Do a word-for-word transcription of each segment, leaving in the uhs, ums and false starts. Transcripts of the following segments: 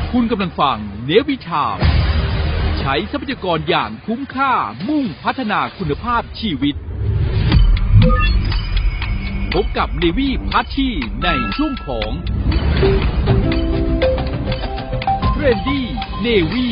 คุณกำลังฟังเนวิชามใช้ทรัพยากรอย่างคุ้มค่ามุ่งพัฒนาคุณภาพชีวิตพบกับเนวี่พัชชีในช่วงของเทรนดี้เนวี่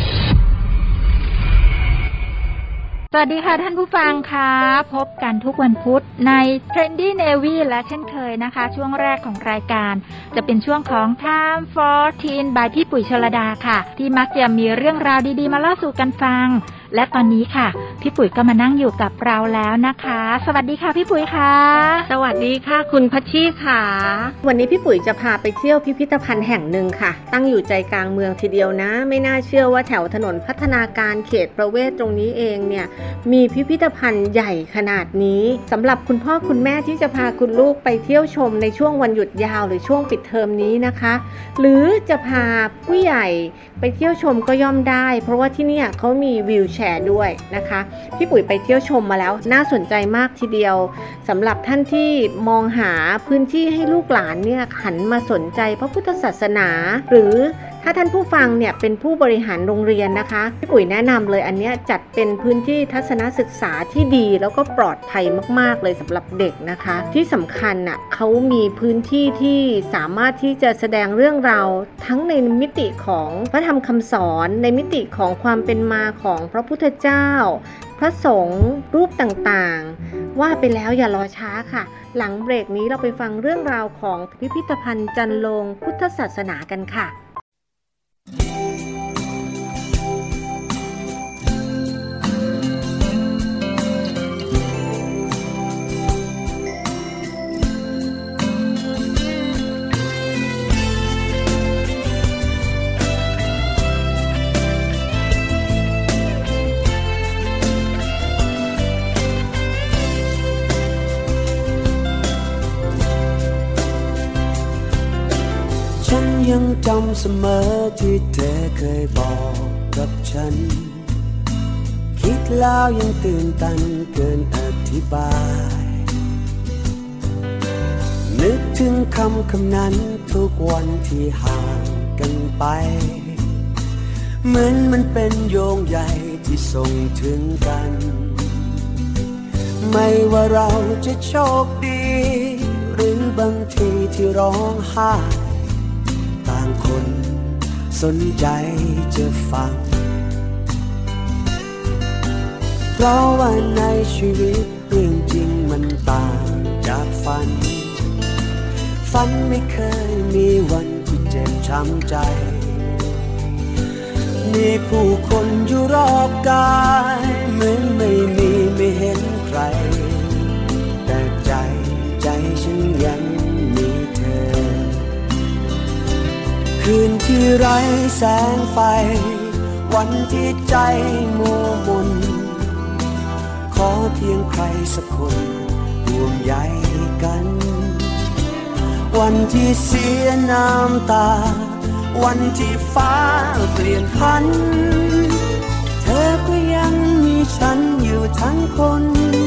สวัสดีค่ะท่านผู้ฟังค่ะพบกันทุกวันพุธใน Trendy Navy และเช่นเคยนะคะช่วงแรกของรายการจะเป็นช่วงของ Time for Teen by พี่ปุ๋ยชลดาค่ะที่มักจะมีเรื่องราวดีๆมาเล่าสู่กันฟังและตอนนี้ค่ะพี่ปุ๋ยก็มานั่งอยู่กับเราแล้วนะคะสวัสดีค่ะพี่ปุ๋ยค่ะสวัสดีค่ะคุณพัชชีค่ะวันนี้พี่ปุ๋ยจะพาไปเที่ยวพิพิธภัณฑ์แห่งหนึ่งค่ะตั้งอยู่ใจกลางเมืองทีเดียวนะไม่น่าเชื่อว่าแถวถนนพัฒนาการเขตประเวศตรงนี้เองเนี่ยมีพิพิธภัณฑ์ใหญ่ขนาดนี้สำหรับคุณพ่อคุณแม่ที่จะพาคุณลูกไปเที่ยวชมในช่วงวันหยุดยาวหรือช่วงปิดเทอมนี้นะคะหรือจะพาผู้ใหญ่ไปเที่ยวชมก็ย่อมได้เพราะว่าที่นี่เขามีวีลแชร์ด้วยนะคะพี่ปุ๋ยไปเที่ยวชมมาแล้วน่าสนใจมากทีเดียวสำหรับท่านที่มองหาพื้นที่ให้ลูกหลานเนี่ยหันมาสนใจพระพุทธศาสนาหรือถ้าท่านผู้ฟังเนี่ยเป็นผู้บริหารโรงเรียนนะคะพี่ปุ๋ยแนะนำเลยอันนี้จัดเป็นพื้นที่ทัศนศึกษาที่ดีแล้วก็ปลอดภัยมากๆเลยสำหรับเด็กนะคะที่สำคัญน่ะเขามีพื้นที่ที่สามารถที่จะแสดงเรื่องราวทั้งในมิติของพระธรรมคำสอนในมิติของความเป็นมาของพระพุทธเจ้าพระสงฆ์รูปต่างๆว่าไปแล้วอย่ารอช้าค่ะหลังเบรกนี้เราไปฟังเรื่องราวของพิพิธภัณฑ์จันโลงพุทธศาสนากันค่ะฉันยังจำเสมอที่เธอเคยบอกกับฉันคิดแล้วยังตื่นตันเกินอธิบายนึกถึงคำคำนั้นทุกวันที่ห่างกันไปเหมือนมันเป็นโยงใยที่ส่งถึงกันไม่ว่าเราจะโชคดีหรือบางทีที่ร้องไห้ต่างคนสนใจจะฟังเพราะว่าในชีวิตเรื่องจริงมันต่างจากฝันฝันไม่เคยมีวันที่เจ็บช้ำใจมีผู้คนอยู่รอบกายเหมือนไม่มีไม่เห็นใครแต่ใจใจฉันยังมีเธอคืนที่ไร้แสงไฟวันที่ใจมัวมนขอเพียงใครสักคนห่วงใยกันวันที่เสียน้ำตาวันที่ฟ้าเปลี่ยนพันเธอก็ยังมีฉันอยู่ทั้งคน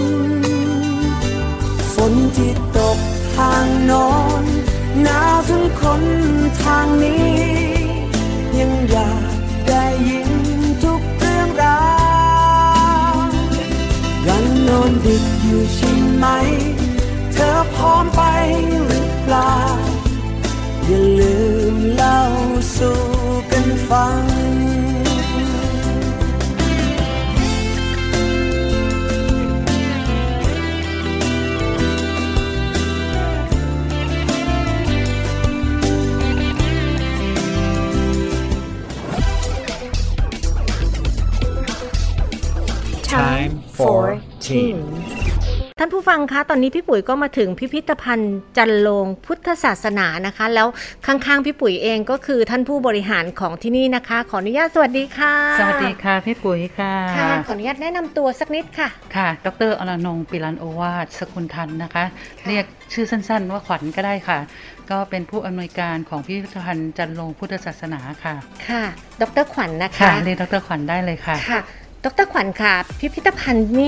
ฝนที่ตกทางโน้นหนาวถึงคนทางนี้ยังอยากได้ยินทุกเรื่องราวยังนอนดึกอยู่ใช่ไหมเธอพร้อมไปหรือเปล่าอย่าลืมเล่าสู่กันฟัง Time for Teens ท่านผู้ฟังคะตอนนี้พี่ปุ๋ยก็มาถึงพิพิธภัณฑ์จันโลงพุทธศาสนานะคะแล้วข้างๆพี่ปุ๋ยเองก็คือท่านผู้บริหารของที่นี่นะคะขออนุญาตสวัสดีค่ะสวัสดีค่ะพี่ปุ๋ยค่ะค่ะขออนุญาตแนะนำตัวสักนิดค่ะค่ะดร.อรนงค์ปิรันโอวาทสกุลทันนะคะเรียกชื่อสั้นๆว่าขวัญก็ได้ค่ะก็เป็นผู้อำนวยการของพิพิธภัณฑ์จันโลงพุทธศาสนาค่ะค่ะดร.ขวัญนะคะค่ะเรียกดร.ขวัญได้เลยค่ะค่ะดร.ขวัญค่ะพิพิธภัณฑ์เนี่ย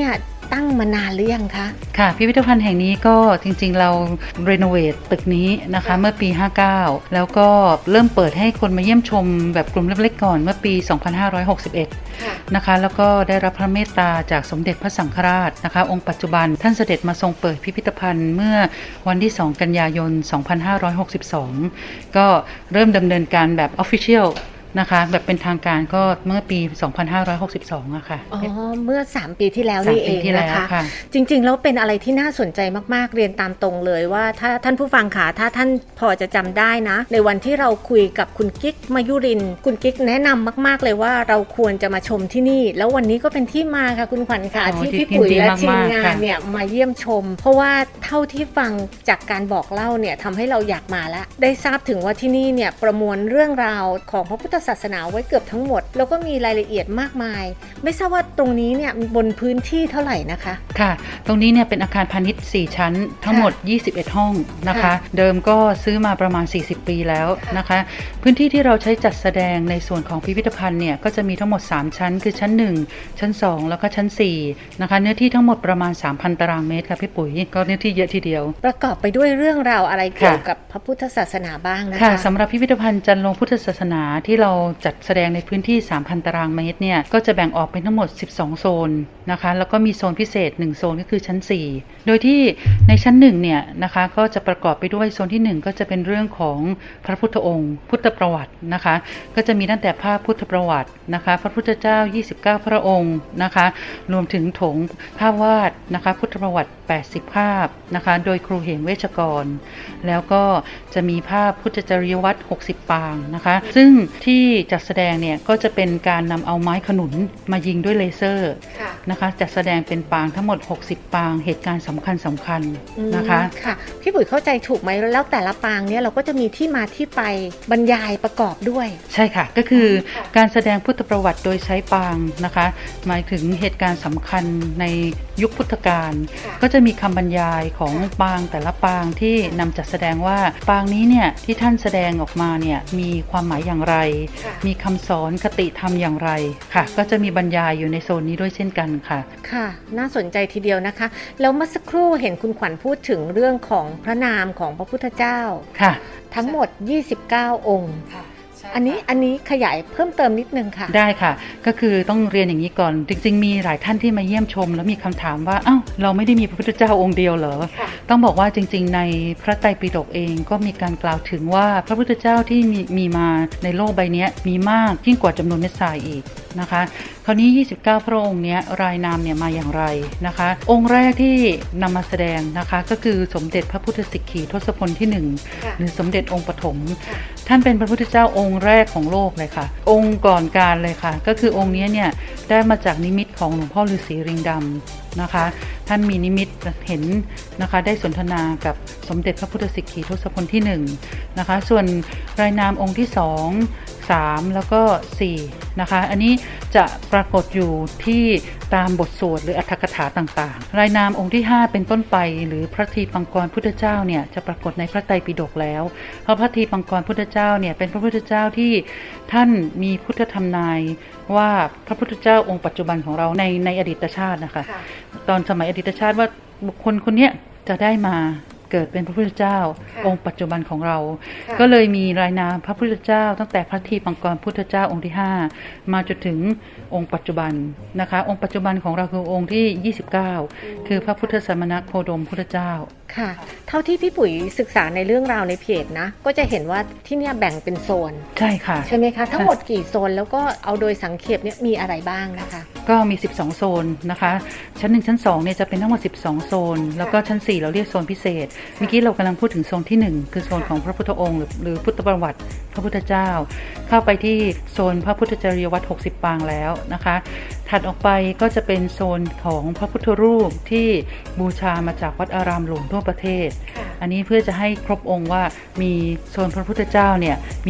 ตั้งมานานหรือยังคะค่ะพิพิธภัณฑ์แห่งนี้ก็จริงๆเรารีโนเวทตึกนี้นะคะเมื่อปีห้าเก้าแล้วก็เริ่มเปิดให้คนมาเยี่ยมชมแบบกลุ่มเล็กๆก่อนเมื่อปีสองพันห้าร้อยหกสิบเอ็ดนะคะแล้วก็ได้รับพระเมตตาจากสมเด็จพระสังฆราชนะคะองค์ปัจจุบันท่านเสด็จมาทรงเปิดพิพิธภัณฑ์เมื่อวันที่สองกันยายนสองพันห้าร้อยหกสิบสองก็เริ่มดำเนินการแบบ Officialนะคะแบบเป็นทางการก็เมื่อปีสองพันห้าร้อยหกสิบสองอะค่ะอ๋อเมื่อสามปีที่แล้วนี่เองนะคะจริงๆแล้วเป็นอะไรที่น่าสนใจมากๆเรียนตามตรงเลยว่าถ้าท่านผู้ฟังค่ะถ้าท่านพอจะจำได้นะในวันที่เราคุยกับคุณกิ๊กมายุรินทร์คุณกิ๊กแนะนำมากๆเลยว่าเราควรจะมาชมที่นี่แล้ววันนี้ก็เป็นที่มาค่ะคุณขวัญค่ะที่พี่ปุ๋ยและทีมงานเนี่ยมาเยี่ยมชมเพราะว่าเท่าที่ฟังจากการบอกเล่าเนี่ยทำให้เราอยากมาแล้วได้ทราบถึงว่าที่นี่เนี่ยประมวลเรื่องราวของพระพุทธศาสนาไว้เกือบทั้งหมดแล้วก็มีรายละเอียดมากมายไม่ทราบว่าตรงนี้เนี่ยบนพื้นที่เท่าไหร่นะคะค่ะตรงนี้เนี่ยเป็นอาคารพาณิชย์สี่ชั้นทั้งหมดยี่สิบเอ็ดห้องนะคะเดิมก็ซื้อมาประมาณสี่สิบปีแล้วนะคะพื้นที่ที่เราใช้จัดแสดงในส่วนของพิพิธภัณฑ์เนี่ยก็จะมีทั้งหมดสามชั้นคือชั้นหนึ่งชั้นสองแล้วก็ชั้นสี่นะคะเนื้อที่ทั้งหมดประมาณ สามพัน ตารางเมตรค่ะพี่ปุ๋ยก็เนื้อที่เยอะทีเดียวประกอบไปด้วยเรื่องราวอะไรเกี่ยวกับพระพุทธศาสนาบ้างนะคะค่ะสำหรับพิพิธภัณฑ์จันลงพุทธศาสนาที่เราจัดแสดงในพื้นที่ สามพัน ตารางเมตรเนี่ยก็จะแบ่งออกเป็นทั้งหมดสิบสองโซนนะคะแล้วก็มีโซนพิเศษหนึ่งโซนก็คือชั้นสี่โดยที่ในชั้นหนึ่งเนี่ยนะคะก็จะประกอบไปด้วยโซนที่หนึ่งก็จะเป็นเรื่องของพระพุทธองค์พุทธประวัตินะคะก็จะมีตั้งแต่ภาพพุทธประวัตินะคะพระพุทธเจ้ายี่สิบเก้าพระองค์นะคะรวมถึงโถงภาพวาดนะคะพุทธประวัติแปดสิบภาพนะคะโดยครูเหมเวชกรแล้วก็จะมีภาพพุทธจริยวัตรหกสิบปางนะคะซึ่งที่จัดแสดงเนี่ยก็จะเป็นการนำเอาไม้ขนุนมายิงด้วยเลเซอร์นะคะจัดแสดงเป็นปางทั้งหมดหกสิบปางเหตุการณ์สำคัญสำคัญนะคะค่ะพี่ปุ๋ยเข้าใจถูกไหมแล้วแต่ละปางเนี่ยเราก็จะมีที่มาที่ไปบรรยายประกอบด้วยใช่ค่ะก็คือการแสดงพุทธประวัติโดยใช้ปางนะคะหมายถึงเหตุการณ์สำคัญในยุคพุทธกาลก็จะมีคำบรรยายของปางแต่ละปางที่นำจัดแสดงว่าปางนี้เนี่ยที่ท่านแสดงออกมาเนี่ยมีความหมายอย่างไรมีคำสอนคติธรรมอย่างไรค่ะก็จะมีบรรยายอยู่ในโซนนี้ด้วยเช่นกันค่ะค่ะน่าสนใจทีเดียวนะคะแล้วเมื่อสักครู่เห็นคุณขวัญพูดถึงเรื่องของพระนามของพระพุทธเจ้าค่ะทั้งหมดยี่สิบเก้าองค์อันนี้อันนี้ขยายเพิ่มเติมนิดนึงค่ะได้ค่ะก็คือต้องเรียนอย่างนี้ก่อนจริงๆมีหลายท่านที่มาเยี่ยมชมแล้วมีคำถามว่าอ้าวเราไม่ได้มีพระพุทธเจ้าองค์เดียวเหรอต้องบอกว่าจริงๆในพระไตรปิฎกเองก็มีการกล่าวถึงว่าพระพุทธเจ้าที่มีมีมาในโลกใบนี้มีมากยิ่งกว่าจำนวนเม็ดทรายอีกนะคะคราวนี้ยี่สิบเก้าพระองค์นี้รายนามเนี่ยมาอย่างไรนะคะองค์แรกที่นำมาแสดงนะคะก็คือสมเด็จพระพุทธสิกขีทศพลที่หนึ่งหรือสมเด็จองค์ปฐมท่านเป็นพระพุทธเจ้าองค์แรกของโลกเลยค่ะองค์ก่อนการเลยค่ะก็คือองค์นี้เนี่ยได้มาจากนิมิตของหลวงพ่อฤาษีริงดำนะคะท่านมีนิมิตเห็นนะคะได้สนทนากับสมเด็จพระพุทธสิกขีทศพลที่หนึ่งนะคะส่วนรายนามองค์ที่สอง สามแล้วก็สี่นะคะอันนี้จะปรากฏอยู่ที่ตามบทสวดหรืออรรถกถาต่างๆรายนามองค์ที่ห้าเป็นต้นไปหรือพระทีปังกรพุทธเจ้าเนี่ยจะปรากฏในพระไตรปิฎกแล้วเพราะพระทีปังกรพุทธเจ้าเนี่ยเป็นพระพุทธเจ้าที่ท่านมีพุทธธรรมนายว่าพระพุทธเจ้าองค์ปัจจุบันของเราในในอดีตชาตินะคะตอนสมัยอดีตชาติว่าบุคคลคนนี้จะได้มาเกิดเป็นพระพุทธเจ้าองค์ปัจจุบันของเราก็เลยมีรายนามพระพุทธเจ้าตั้งแต่พระทีปังกรพุทธเจ้าองค์ที่ห้ามาจนถึงองค์ปัจจุบันนะคะองค์ปัจจุบันของเราคือองค์ที่ยี่สิบเก้าคือพระพุทธสมณโคดมพุทธเจ้าค่ะเท่าที่พี่ปุ๋ยศึกษาในเรื่องราวในเพจนะก็จะเห็นว่าที่เนี่ยแบ่งเป็นโซนใช่ค่ะใช่ไหมคะทั้งหมดกี่โซนแล้วก็เอาโดยสังเขปเนี่ยมีอะไรบ้างนะคะก็มีสิบสองโซนนะคะชั้นหนึ่งชั้นสองเนี่ยจะเป็นทั้งหมดสิบสองโซนแล้วก็ชั้นสี่เราเรียกโซนพิเศษเมื่อกี้เรากำลังพูดถึงโซนที่หนึ่งคือโซนของพระพุทธองค์หรือพุทธประวัติพระพุทธเจ้าเข้าไปที่โซนพระพุทธจริยวัตรหกสิบปางแล้วนะคะถัดออกไปก็จะเป็นโซนของพระพุทธรูปที่บูชามาจากวัดอารามหลวงทั่วประเทศอันนี้เพื่อจะให้ครบองค์ว่ามีโซนพระพุทธเจ้าเนี่ยมี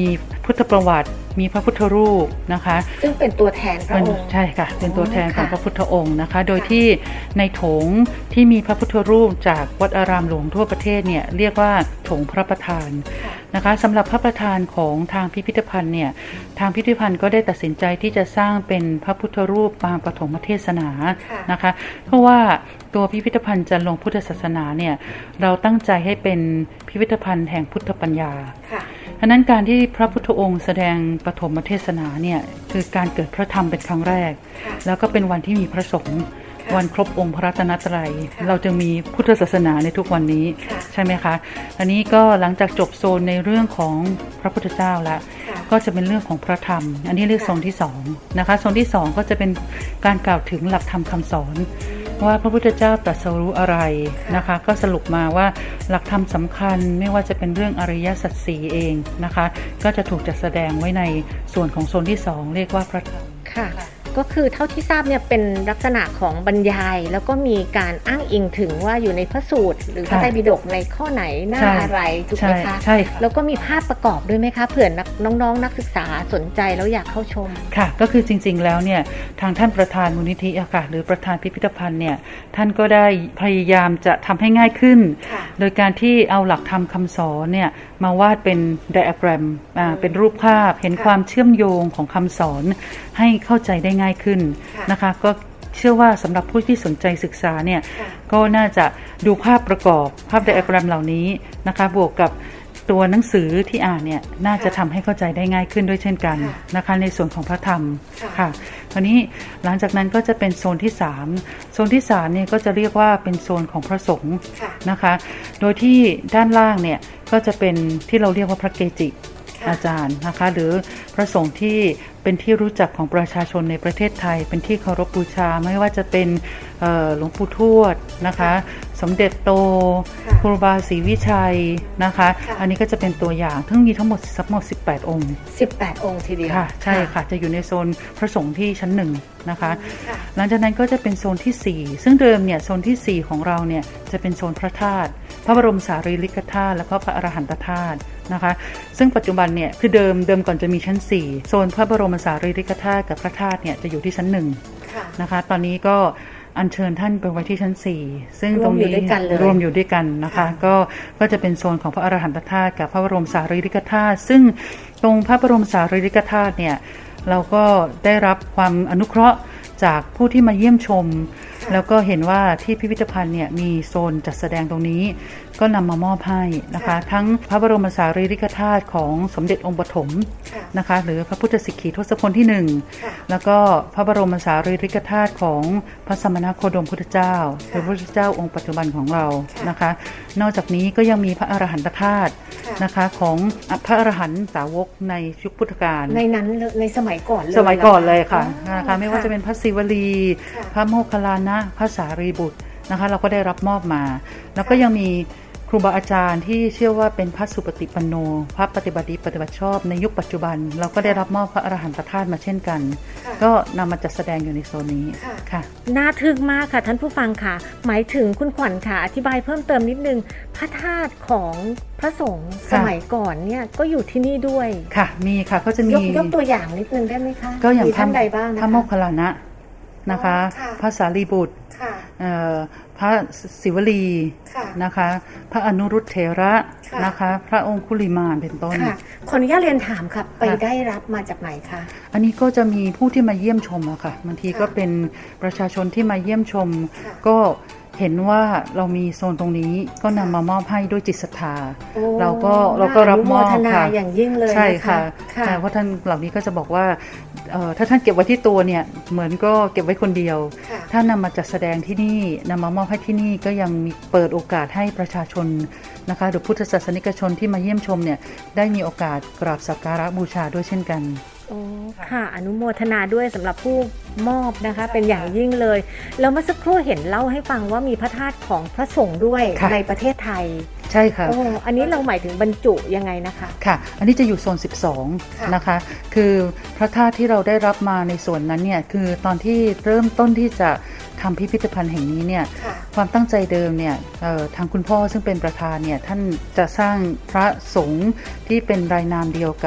พุทธประวัติมีพระพุทธรูปนะคะซึ่งเป็นตัวแทนพระองค์ใช่ค่ะเป็นตัวแทนของพระพุทธองค์นะคะโดยที่ในโถงที่มีพระพุทธรูปจากวัดอารามหลวงทั่วประเทศเนี่ยเรียกว่าโถงพระประธานนะคะสำหรับพระประธานของทางพิพิธภัณฑ์เนี่ยทางพิพิธภัณฑ์ก็ได้ตัดสินใจที่จะสร้างเป็นพระพุทธรูปปางปฐมเทศนานะคะเพราะว่าตัวพิพิธภัณฑ์จันทร์ลงพุทธศาสนาเนี่ยเราตั้งใจให้เป็นพิพิธภัณฑ์แห่งพุทธปัญญาฉะนั้นการที่พระพุทธองค์แสดงปฐมเทศนาเนี่ยคือการเกิดพระธรรมเป็นครั้งแรกแล้วก็เป็นวันที่มีพระสงฆ์วันครบองค์พระรัตนตรัยเราจะมีพุทธศาสนาในทุกวันนี้ใช่ไหมคะอันนี้ก็หลังจากจบโซนในเรื่องของพระพุทธเจ้าแล้วก็จะเป็นเรื่องของพระธรรมอันนี้เรียกโซนที่สองนะคะโซนที่สองก็จะเป็นการกล่าวถึงหลักธรรมคำสอนว่าพระพุทธเจ้าตรัสรู้อะไรนะคะก็สรุปมาว่าหลักธรรมสำคัญไม่ว่าจะเป็นเรื่องอริยสัจสี่เองนะคะก็จะถูกจัดแสดงไว้ในส่วนของโซนที่สองเรียกว่าพระธรรมค่ะก็คือเท่าที่ทราบเนี่ยเป็นลักษณะของบรรยายแล้วก็มีการอ้างอิงถึงว่าอยู่ในพระสูตรหรือพระไตรปิฎกในข้อไหนหน้าอะไรถูกไหมคะใช่แล้วก็มีภาพประกอบด้วยไหมคะเผื่อน้องๆนักศึกษาสนใจแล้วอยากเข้าชมค่ะก็คือจริงๆแล้วเนี่ยทางท่านประธานมูลนิธิอะค่ะหรือประธานพิพิธภัณฑ์เนี่ยท่านก็ได้พยายามจะทำให้ง่ายขึ้นโดยการที่เอาหลักธรรมคำสอนเนี่ยมาวาดเป็นไดอะแกรมอ่าเป็นรูปภาพเห็นความเชื่อมโยงของคำสอนให้เข้าใจได้ง่ายขึ้นนะคะก็เชื่อว่าสำหรับผู้ที่สนใจศึกษาเนี่ยก็น่าจะดูภาพประกอบภาพไดอะแกรมเหล่านี้นะคะบวกกับตัวหนังสือที่อ่านเนี่ยน่าจะทำให้เข้าใจได้ง่ายขึ้นด้วยเช่นกันนะคะในส่วนของพระธรรมค่ะคราวนี้หลังจากนั้นก็จะเป็นโซนที่สามโซนที่สามเนี่ยก็จะเรียกว่าเป็นโซนของพระสงฆ์นะคะโดยที่ด้านล่างเนี่ยก็จะเป็นที่เราเรียกว่าพระเกจิอาจารย์นะคะหรือพระสงฆ์ที่เป็นที่รู้จักของประชาชนในประเทศไทยเป็นที่เคารพบูชาไม่ว่าจะเป็นหลวงปู่ทวดนะคะสมเด็จโตครูบาศรีวิชัยนะคะอันนี้ก็จะเป็นตัวอย่างทั้งมีทั้งหมดทั้งหมดสิบแปดองค์สิบแปดองค์ทีเดียวค่ะใช่ค่ะจะอยู่ในโซนพระสงฆ์ที่ชั้นหนึ่งนะคะหลังจากนั้นก็จะเป็นโซนที่สี่ซึ่งเดิมเนี่ยโซนที่สี่ของเราเนี่ยจะเป็นโซนพระธาตุพระบรมสารีริกธาตุและก็พระอรหันตธาตุนะคะซึ่งปัจจุบันเนี่ยคือเดิมเดิมก่อนจะมีชั้นสี่โซนพระบรมสารีริกธาตุกับพระธาตุเนี่ยจะอยู่ที่ชั้นหนึ่งนะคะตอนนี้ก็อัญเชิญท่านไปไว้ที่ชั้นสี่ซึ่งตรงนี้รวมอยู่ด้วยกันนะคะก็ก็จะเป็นโซนของพระอรหันตธาตุกับพระบรมสารีริกธาตุซึ่งตรงพระบรมสารีริกธาตุเนี่ยเราก็ได้รับความอนุเคราะห์จากผู้ที่มาเยี่ยมชมแล้วก็เห็นว่าที่พิพิธภัณฑ์เนี่ยมีโซนจัดแสดงตรงนี้ก็นำมามอบให้นะคะทั้งพระบรมสารีริกธาตุของสมเด็จองค์ปฐมนะคะหรือพระพุทธสิกขีทศพลที่หนึ่งแล้วก็พระบรมสารีริกธาตุของพระสมณโคดมพุทธเจ้าหรือพระพุทธเจ้าองค์ปัจจุบันของเรานะคะนอกจากนี้ก็ยังมีพระอรหันตธาตุนะคะของพระอรหันตสาวกในยุคพุทธกาลในนั้นในสมัยก่อนเลยสมัยก่อนเลยค่ะนะคะไม่ว่าจะเป็นพระศิวลีพระโมคคัลลานะพระสารีบุตรนะคะเราก็ได้รับมอบมาแล้วก็ยังมีครูบาอาจารย์ที่เชื่อว่าเป็นพระสุปฏิปันโนพระปฏิบัติดีปฏิบัติชอบในยุคปัจจุบันเราก็ได้รับมอบพระอรหันตธาตุมาเช่นกันก็นำมาจัดแสดงอยู่ในโซนนี้ค่ะน่าทึ่งมากค่ะท่านผู้ฟังค่ะหมายถึงคุณขวัญค่ะอธิบายเพิ่มเติมนิดนึงพระธาตุของพระสงฆ์สมัยก่อนเนี่ยก็อยู่ที่นี่ด้วยค่ะมีค่ะก็จะมียกตัวอย่างนิดนึงได้ไหมคะก็อย่างท่านใดบ้างพระโมคคัลลานะนะคะพระสารีบุตรพระศิวลีนะคะพระอนุรุตเถระนะคะพระองคุลิมานเป็นต้นขออนุญาตเรียนถามค่ะไปได้รับมาจากไหนคะอันนี้ก็จะมีผู้ที่มาเยี่ยมชมอะค่ะบางทีก็เป็นประชาชนที่มาเยี่ยมชมก็เห็นว่าเรามีโซนตรงนี้ก็นำมามอบให้ด้วยจิตศรัทธาเราก็เราก็รับมอบค่ะอย่างยิ่งเลยใช่ค่ะแต่ว่าท่านเหล่านี้ก็จะบอกว่าถ้าท่านเก็บไว้ที่ตัวเนี่ยเหมือนก็เก็บไว้คนเดียวถ้านำมาจัดแสดงที่นี่นำมามอบให้ที่นี่ก็ยังมีเปิดโอกาสให้ประชาชนนะคะหรือพุทธศาสนิกชนที่มาเยี่ยมชมเนี่ยได้มีโอกาสกราบสักการะบูชาด้วยเช่นกันโอ้ค่ะอนุโมทนาด้วยสำหรับผู้มอบนะคะเป็นอย่างยิ่งเลยแล้วเมื่อสักครู่เห็นเล่าให้ฟังว่ามีพระธาตุของพระสงฆ์ด้วยในประเทศไทยใช่ค่ะโอ้อันนี้เราหมายถึงบรรจุยังไงนะคะค่ะอันนี้จะอยู่โซนสิบสองนะคะคือพระธาตุที่เราได้รับมาในส่วนนั้นเนี่ยคือตอนที่เริ่มต้นที่จะทำพิพิธภัณฑ์แห่งนี้เนี่ยความตั้งใจเดิมเนี่ยทางคุณพ่อซึ่งเป็นประธานเนี่ยท่านจะสร้างพระสงฆ์ที่เป็นรายนามเดียวกับพ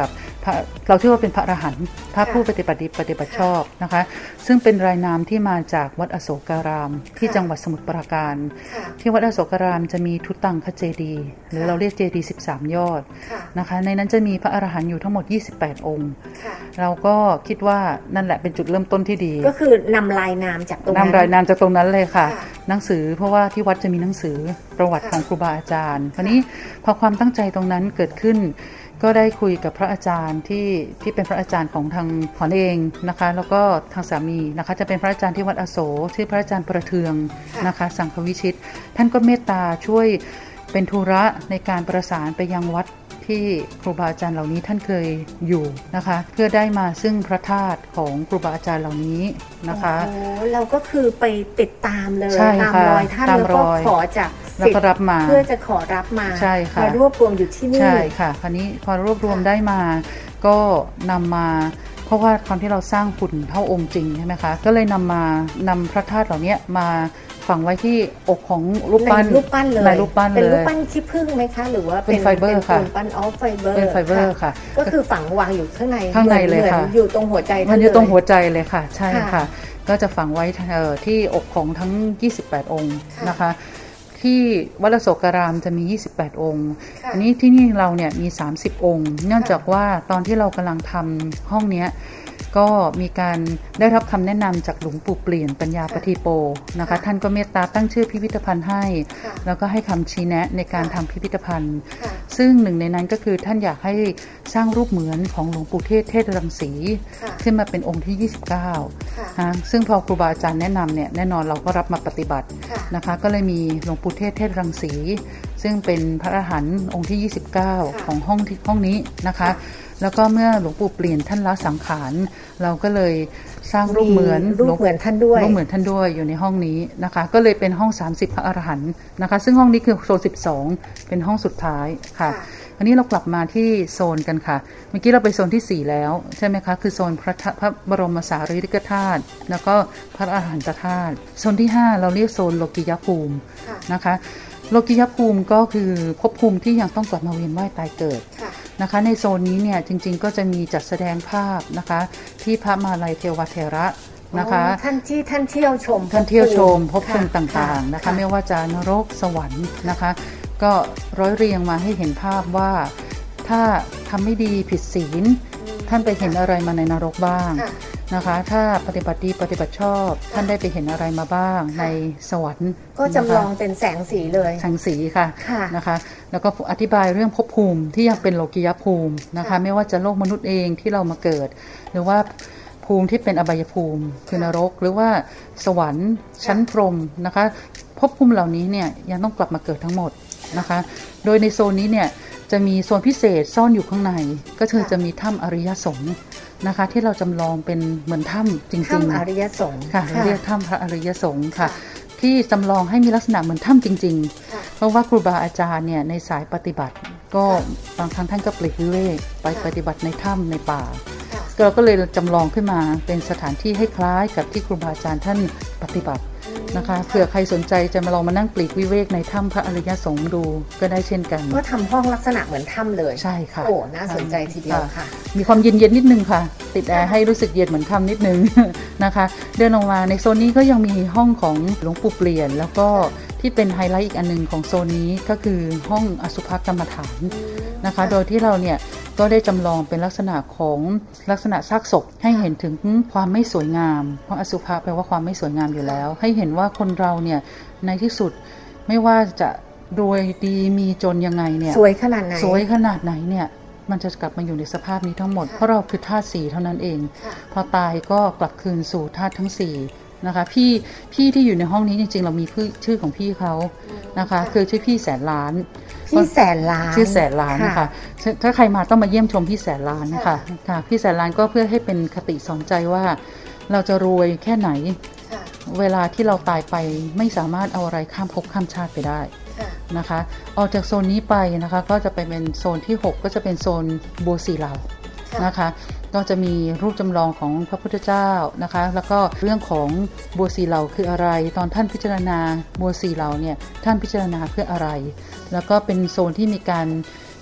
พระเราเชื่อว่าเป็นพระอรหันต์พระผู้ปฏิบัติดีปฏิบัติชอบนะคะซึ่งเป็นรายนามที่มาจากวัดอโศการามที่จังหวัดสมุทรปราการที่วัดอโศการามจะมีทุตังคเจดีย์หรือเราเรียกเจดีย์สิบสามยอดนะคะในนั้นจะมีพระอรหันต์อยู่ทั้งหมดยี่สิบแปดองค์เราก็คิดว่านั่นแหละเป็นจุดเริ่มต้นที่ดีก็คือนำรายนามจากตรงนั้นนำรายนามจากตรงนั้นเลยค่ะหนังสือเพราะว่าที่วัดจะมีหนังสือประวัติของครูบาอาจารย์คราวนี้พอความตั้งใจตรงนั้นเกิดขึ้นก็ได้คุยกับพระอาจารย์ที่ที่เป็นพระอาจารย์ของทางหอนเองนะคะแล้วก็ทางสามีนะคะจะเป็นพระอาจารย์ที่วัดอโศกชื่อพระอาจารย์ประเทืองนะคะสังฆวิชิตท่านก็เมตตาช่วยเป็นธุระในการประสานไปยังวัดที่ครูบาอาจารย์เหล่านี้ท่านเคยอยู่นะคะเพื่อได้มาซึ่งพระธาตุของครูบาอาจารย์เหล่านี้นะคะโอ้เราก็คือไปติดตามเลยตามรอยท่านแล้วก็ขอจากแล้วก็รับมาเพื่อจะขอรับมาใช่ค่ะมารวบรวมอยู่ที่นี่ใช่ค่ะคราวนี้พอรวบรวมได้มาก็นำมาเพราะว่าตอนที่เราสร้างหุ่นเท่าองค์จริงใช่ไหมคะก็เลยนำมานำพระธาตุเหล่านี้มาฝังไว้ที่อกของรูปปั้นในรูปปั้นเลยในรูปปั้นเลยเป็นรูปปั้นขี้ผึ้งไหมคะหรือว่าเป็นไฟเบอร์ค่ะเป็นปั้นออฟไฟเบอร์เป็นไฟเบอร์ค่ะก็คือฝังวางอยู่ข้างในข้างในเลยค่ะอยู่ตรงหัวใจมันอยู่ตรงหัวใจเลยค่ะใช่ค่ะก็จะฝังไว้ที่อกของทั้งยี่สิบแปดองค์นะคะที่วัดอโศการามจะมียี่สิบแปดองค์อันนี้ที่นี่เราเนี่ยมีสามสิบองค์เนื่องจากว่าตอนที่เรากำลังทำห้องเนี้ยก็มีการได้รับคำแนะนำจากหลวงปู่เปลี่ยนปัญญาปฏิโปนะคะท่านก็เมตตาตั้งชื่อพิพิธภัณฑ์ให้แล้วก็ให้คำชี้แนะในการทำพิพิธภัณฑ์ซึ่งหนึ่งในนั้นก็คือท่านอยากให้สร้างรูปเหมือนของหลวงปู่เทศเทศรังสีขึ้นมาเป็นองค์ที่ยี่สิบเก้านะซึ่งพอครูบาอาจารย์แนะนำเนี่ยแน่นอนเราก็รับมาปฏิบัตินะคะก็เลยมีหลวงปู่เทศเทศรังสีซึ่งเป็นพระอรหันต์องค์ที่ยี่สิบเก้าของห้องที่ห้องนี้นะคะแล้วก็เมื่อหลวงปู่เปลี่ยนท่านละสังขารเราก็เลยสร้างรูปเหมือนรูปเหมือนท่านด้วยรูปเหมือนท่านด้วยอยู่ในห้องนี้นะคะก็เลยเป็นห้องสามสิบพระอรหันต์นะคะซึ่งห้องนี้คือโซนสิบสองเป็นห้องสุดท้ายค่ะอันนี้เรากลับมาที่โซนกันค่ะเมื่อกี้เราไปโซนที่สี่แล้วใช่ไหมคะคือโซนพระพระบรมสารีริกธาตุแล้วก็พระอรหันตธาตุโซนที่ห้าเราเรียกโซนโลกิยภูมินะคะโลกิยภูมิก็คือภพภูมิที่ยังต้องกลับมาเวียนว่ายตายเกิดนะคะในโซนนี้เนี่ยจริงๆก็จะมีจัดแสดงภาพนะคะที่พระมาลัยเทวเถระนะคะท่านที่ท่านเที่ยวชมท่านเที่ยวชมภพภูมิต่างๆนะคะไม่ว่าจะนรกสวรรค์นะคะก็ร้อยเรียงมาให้เห็นภาพว่าถ้าทำไม่ดีผิดศีลท่านไปเห็นอะไรมาในนรกบ้างนะคะถ้าปฏิบัติดีปฏิบัติชอบท่านได้ไปเห็นอะไรมาบ้างในสวรรค์ก็จำลองเป็นแสงสีเลยแสงสีค่ะนะคะแล้วก็อธิบายเรื่องภพภูมิที่ยังเป็นโลกิยภูมินะคะไม่ว่าจะโลกมนุษย์เองที่เรามาเกิดหรือว่าภูมิที่เป็นอบายภูมิคือนรกหรือว่าสวรรค์ชั้นพรหมนะคะภพภูมิเหล่านี้เนี่ยยังต้องกลับมาเกิดทั้งหมดนะคะโดยในโซนนี้เนี่ยจะมีโซนพิเศษซ่อนอยู่ข้างในก็คือจะมีถ้ำอริยสงฆ์นะคะที่เราจำลองเป็นเหมือนถ้ำจริงๆถ้ำอริยสงฆ์ค่ะเรียกถ้ำพระอริยสงฆ์ค่ะที่จำลองให้มีลักษณะเหมือนถ้ำจริงๆเพราะว่าครูบาอาจารย์เนี่ยในสายปฏิบัติก็บางครั้งท่านก็ปลีกวิเวกไปปฏิบัติในถ้ำในป่าเราก็เลยจำลองขึ้นมาเป็นสถานที่ให้คล้ายกับที่ครูบาอาจารย์ท่านปฏิบัตินะคะเผื่อใครสนใจจะมาลองมานั่งปลีกวิเวกในถ้ำพระอริยสงฆ์ดูก็ได้เช่นกันก็ทำห้องลักษณะเหมือนถ้ำเลยใช่ค่ะโอ้น่าสนใจทีเดียวค่ะมีความเย็นๆนิดนึงค่ะติดแอร์ให้รู้สึกเย็นเหมือนถ้ำนิดนึงนะคะเดินลงมาในโซนนี้ก็ยังมีห้องของหลวงปู่เปลี่ยนแล้วก็ที่เป็นไฮไลท์อีกอันนึงของโซนนี้ก็คือห้องอสุภกรรมฐานนะคะโดยที่เราเนี่ยก็ได้จำลองเป็นลักษณะของลักษณะซากศพให้เห็นถึงความไม่สวยงามเพราะอสุภะแปลว่าความไม่สวยงามอยู่แล้วให้เห็นว่าคนเราเนี่ยในที่สุดไม่ว่าจะรวยดีมีจนยังไงเนี่ยสวยขนาดไหนสวยขนาดไหนเนี่ยมันจะกลับมาอยู่ในสภาพนี้ทั้งหมดเพราะเราคือธาตุสี่เท่านั้นเองพอตายก็กลับคืนสู่ธาตุทั้งสี่นะคะพี่พี่ที่อยู่ในห้องนี้จริงๆเรามีชื่อของพี่เขานะคะคือชื่อพี่แสนล้านพี่แสนล้านชื่อแสนล้านค่ะถ้าใครมาต้องมาเยี่ยมชมพี่แสนล้านค่ะค่ะพี่แสนล้านก็เพื่อให้เป็นคติสอนใจว่าเราจะรวยแค่ไหนเวลาที่เราตายไปไม่สามารถเอาอะไรข้ามภพข้ามชาติไปได้นะคะออกจากโซนนี้ไปนะคะก็จะไปเป็นโซนที่หกก็จะเป็นโซนบัวสีเหลานะคะก็จะมีรูปจำลองของพระพุทธเจ้านะคะแล้วก็เรื่องของบัวสีเหลาคืออะไรตอนท่านพิจารณาบัวสีเหลาเนี่ยท่านพิจารณาเพื่ออะไรแล้วก็เป็นโซนที่มีการ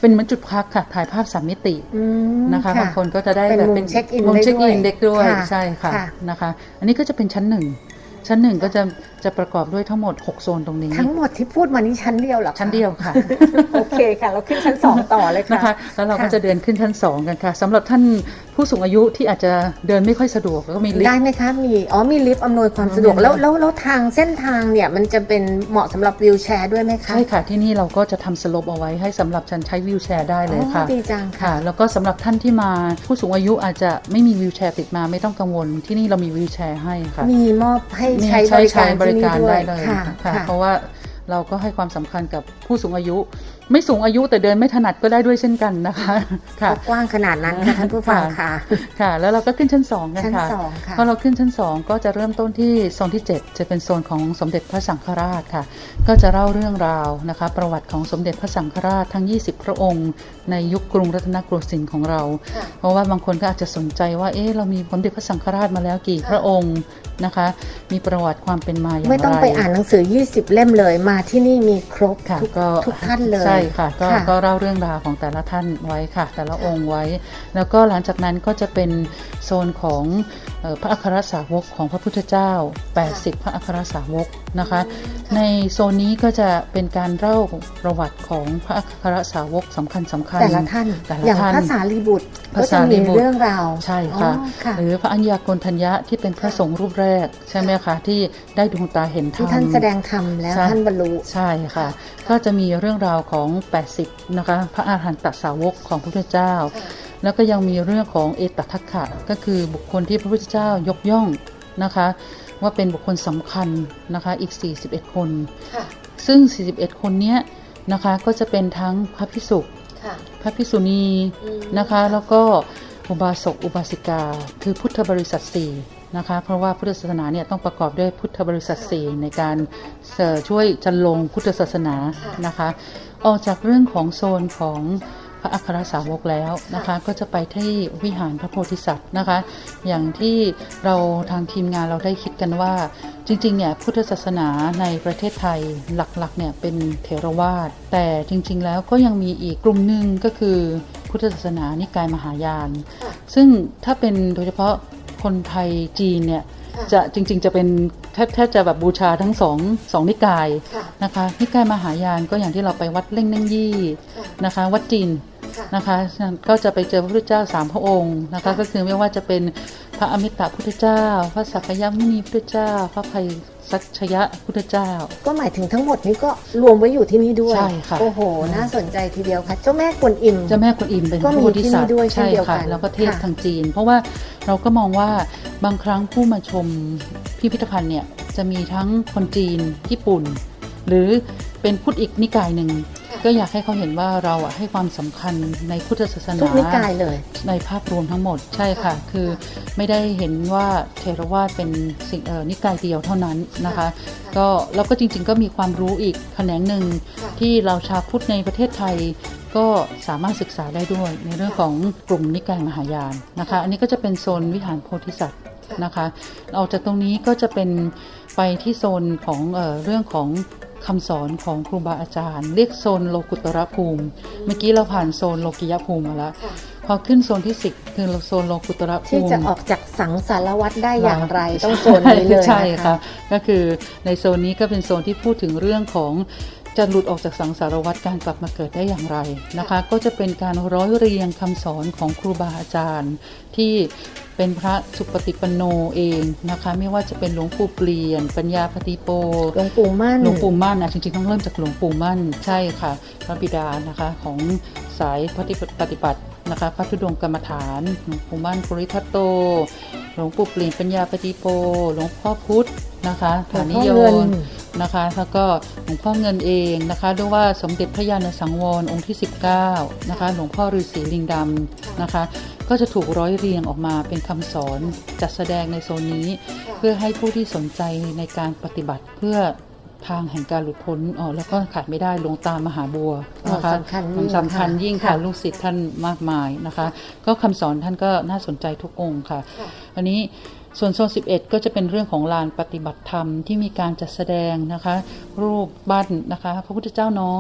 เป็นเหมือนจุดพักค่ะถ่ายภาพสามมิตินะคะบางคนก็จะได้แบบเป็นมุมเช็คอินมุมเช็คอินเด็กด้วยค่ะใช่ค่ะค่ะนะคะอันนี้ก็จะเป็นชั้นหนึ่งชั้นหนึ่งก็จะจะประกอบด้วยทั้งหมดหกโซนตรงนี้ทั้งหมดที่พูดมานี่ชั้นเดียวเหรอคะชั้นเดียวค่ะโอเคค่ะเราขึ้นชั้นสองต่อเลยค่ะนะคะแล้วเราก็จะเดินขึ้นชั้นสองกันค่ะสำหรับท่านผู้สูงอายุที่อาจจะเดินไม่ค่อยสะดวกแล้วก็มีลิฟต์ได้ไหมคะมีอ๋อมีลิฟต์อำนวยความสะดวกแล้วแล้วแล้วทางเส้นทางเนี่ยมันจะเป็นเหมาะสำหรับวีลแชร์ด้วยไหมคะใช่ค่ะที่นี่เราก็จะทำสโลปเอาไว้ให้สำหรับฉันใช้วีลแชร์ได้เลยค่ะดีจังค่ะค่ะแล้วก็สำหรับท่านที่มาผู้สูงอายุอาจจะไม่มีวีลแชร์ติดมาไม่ต้องกังวลที่นี่เรามีวีลแชร์ให้ค่ะมีมอบให้ใช้บริการที่นี่ด้วยค่ะเพราะว่าเราก็ให้ความสำคัญกับผู้สูงอายุไม่สูงอายุแต่เดินไม่ถนัดก็ได้ด้วยเช่นกันนะคะค่ะกว้างขนาดนั้นค่ะท่านผู้ฟังค่ะค่ะแล้วเราก็ขึ้นชั้นสองกันค่ะพอเราขึ้นชั้นสองก็จะเริ่มต้นที่โซนที่เจ็ดจะเป็นโซนของสมเด็จพระสังฆราชค่ะก็จะเล่าเรื่องราวนะคะประวัติของสมเด็จพระสังฆราชทั้งยี่สิบพระองค์ในยุคกรุงรัตนโกสินทร์ของเราเพราะว่าบางคนก็อาจจะสนใจว่าเอ๊ะเรามีสมเด็จพระสังฆราชมาแล้วกี่พระองค์นะคะมีประวัติความเป็นมาอย่างไรไม่ต้องไปอ่านหนังสือยี่สิบเล่มเลยมาที่นี่มีครบทุกทุกท่านเลยใช่ค่ะก็ก็เล่าเรื่องราวของแต่ละท่านไว้ค่ะแต่ละองค์ไว้แล้วก็หลังจากนั้นก็จะเป็นโซนของพระอัครสาวกของพระพุทธเจ้าแปดสิบพระอัครสาวกนะคะในโซนนี้ก็จะเป็นการเล่าประวัติของพระอัครสาวกสำคัญสำคัญแต่ละท่านอย่างพระสารีบุตรก็จะมีเรื่องราวใช่ค่ะหรือพระอัญญาโกณทัญญะที่เป็นพระสงฆ์รูปแรกใช่ไหมคะที่ได้ดวงตาเห็นธรรมที่ท่านแสดงธรรมแล้วท่านบรรลุใช่ค่ะก็จะมีเรื่องราวของแปดสิบนะคะพระอรหันตสาวกของพระพุทธเจ้าแล้วก็ยังมีเรื่องของเอตทัคคะก็คือบุคคลที่พระพุทธเจ้ายกย่องนะคะว่าเป็นบุคคลสำคัญนะคะอีกสี่สิบเอ็ดคนซึ่งสี่สิบเอ็ดคนนี้นะคะก็จะเป็นทั้งพระภิกษุพระภิกษุณีนะคะแล้วก็อุบาสกอุบาสิกาคือพุทธบริษัทสี่นะคะเพราะว่าพุทธศาสนาเนี่ยต้องประกอบด้วยพุทธบริษัทสี่ในการช่วยจันลงพุทธศาสนานะคะออกจากเรื่องของโซนของพระอัครสาวกแล้วนะคะก็จะไปที่วิหารพระโพธิสัตว์นะคะอย่างที่เราทางทีมงานเราได้คิดกันว่าจริงๆเนี่ยพุทธศาสนาในประเทศไทยหลักๆเนี่ยเป็นเถรวาทแต่จริงๆแล้วก็ยังมีอีกกลุ่มหนึ่งก็คือพุทธศาสนานิกายมหายานซึ่งถ้าเป็นโดยเฉพาะคนไทยจีนเนี่ยจะจริงๆจะเป็นแทบแทบจะแบบบูชาทั้งสองสองนิกายนะคะนิกายมหายานก็อย่างที่เราไปวัดเล่งเน่งยี่นะคะวัดจีนนะคะก็จะไปเจอพระพุทธเจ้าสามพระองค์นะคะก็คือไม่ว่าจะเป็นพระอมิตาพุทธเจ้าพระสักยมุนีพุทธเจ้าพระภัยสัชยะพุทธเจ้าก็หมายถึงทั้งหมดนี้ก็รวมไว้อยู่ที่นี่ด้วยใช่ค่ะโอ้โหน่าสนใจทีเดียวค่ะเจ้าแม่กวนอิมเจ้าแม่กวนอิมเป็นพระโพธิสัตว์ใช่ค่ะแล้วก็เทศทางจีนเพราะว่าเราก็มองว่าบางครั้งผู้มาชมพิพิธภัณฑ์เนี่ยจะมีทั้งคนจีนญี่ปุ่นหรือเป็นพุทธอีกนิกายหนึ่งก็อยากให้เขาเห็นว่าเราอ่ะให้ความสำคัญในพุทธศาสนาทุกนิกายเลยในภาพรวมทั้งหมดใช่ค่ะคือไม่ได้เห็นว่าเถรวาทเป็นสิ่งเอ่อนิกายเดียวเท่านั้นนะคะก็แล้วก็จริงๆก็มีความรู้อีกแขนงหนึ่งที่เราชาวพุทธในประเทศไทยก็สามารถศึกษาได้ด้วยในเรื่องของกลุ่มนิกายมหายานนะคะอันนี้ก็จะเป็นโซนวิหารโพธิสัตว์นะคะออกจากตรงนี้ก็จะเป็นไปที่โซนของเอ่อเรื่องของคำสอนของครูบาอาจารย์เรียกโซนโลกุตรภูมิเมื่อกี้เราผ่านโซนโลกิยภูมิมาแล้วพอขึ้นโซนที่สิบคือโซนโลกุตรภูมิที่จะออกจากสังสารวัฏได้อย่างไรต้องโซนนี้เลยใช่ค่ะก็คือในโซนนี้ก็เป็นโซนที่พูดถึงเรื่องของจะหลุดออกจากสังสารวัฏการกลับมาเกิดได้อย่างไรนะคะก็จะเป็นการร้อยเรียงคำสอนของครูบาอาจารย์ที่เป็นพระสุปฏิปันโนเองนะคะไม่ว่าจะเป็นหลวงปู่เปลี่ยนปัญญาปฏิโปหลวงปู่มั่นหลวงปู่มั่นนะจริงๆต้องเริ่มจากหลวงปู่มั่นใช่ค่ะพระบิดานะคะของสายปฏิบัตินะคะพระธุดงค์กรรมฐานหลวงปู่มั่นปริทัตโตหลวงปู่เปลี่ยนปัญญาปฏิโปหลวงพ่อพุธนะคะฐานิโยนนะคะแล้วก็หลวงพ่อเงินเองนะคะด้วยว่าสมเด็จพระญาณสังวรองค์ที่สิบเก้านะคะหลวงพ่อฤาษีลิงดำนะคะก็จะถูกร้อยเรียงออกมาเป็นคำสอนจัดแสดงในโซนนี้เพื่อให้ผู้ที่สนใจในการปฏิบัติเพื่อทางแห่งการหลุดพ้นอ๋อแล้วก็ขาดไม่ได้หลวงตามหาบัวนะคะสำคัญสำคัญยิ่งค่ะลูกศิษย์ท่านมากมายนะคะก็คำสอนท่านก็น่าสนใจทุกองค์ค่ะอันนี้ส่วนโซนสิบเอ็ดก็จะเป็นเรื่องของลานปฏิบัติธรรมที่มีการจัดแสดงนะคะรูปปั้นนะคะพระพุทธเจ้าน้อย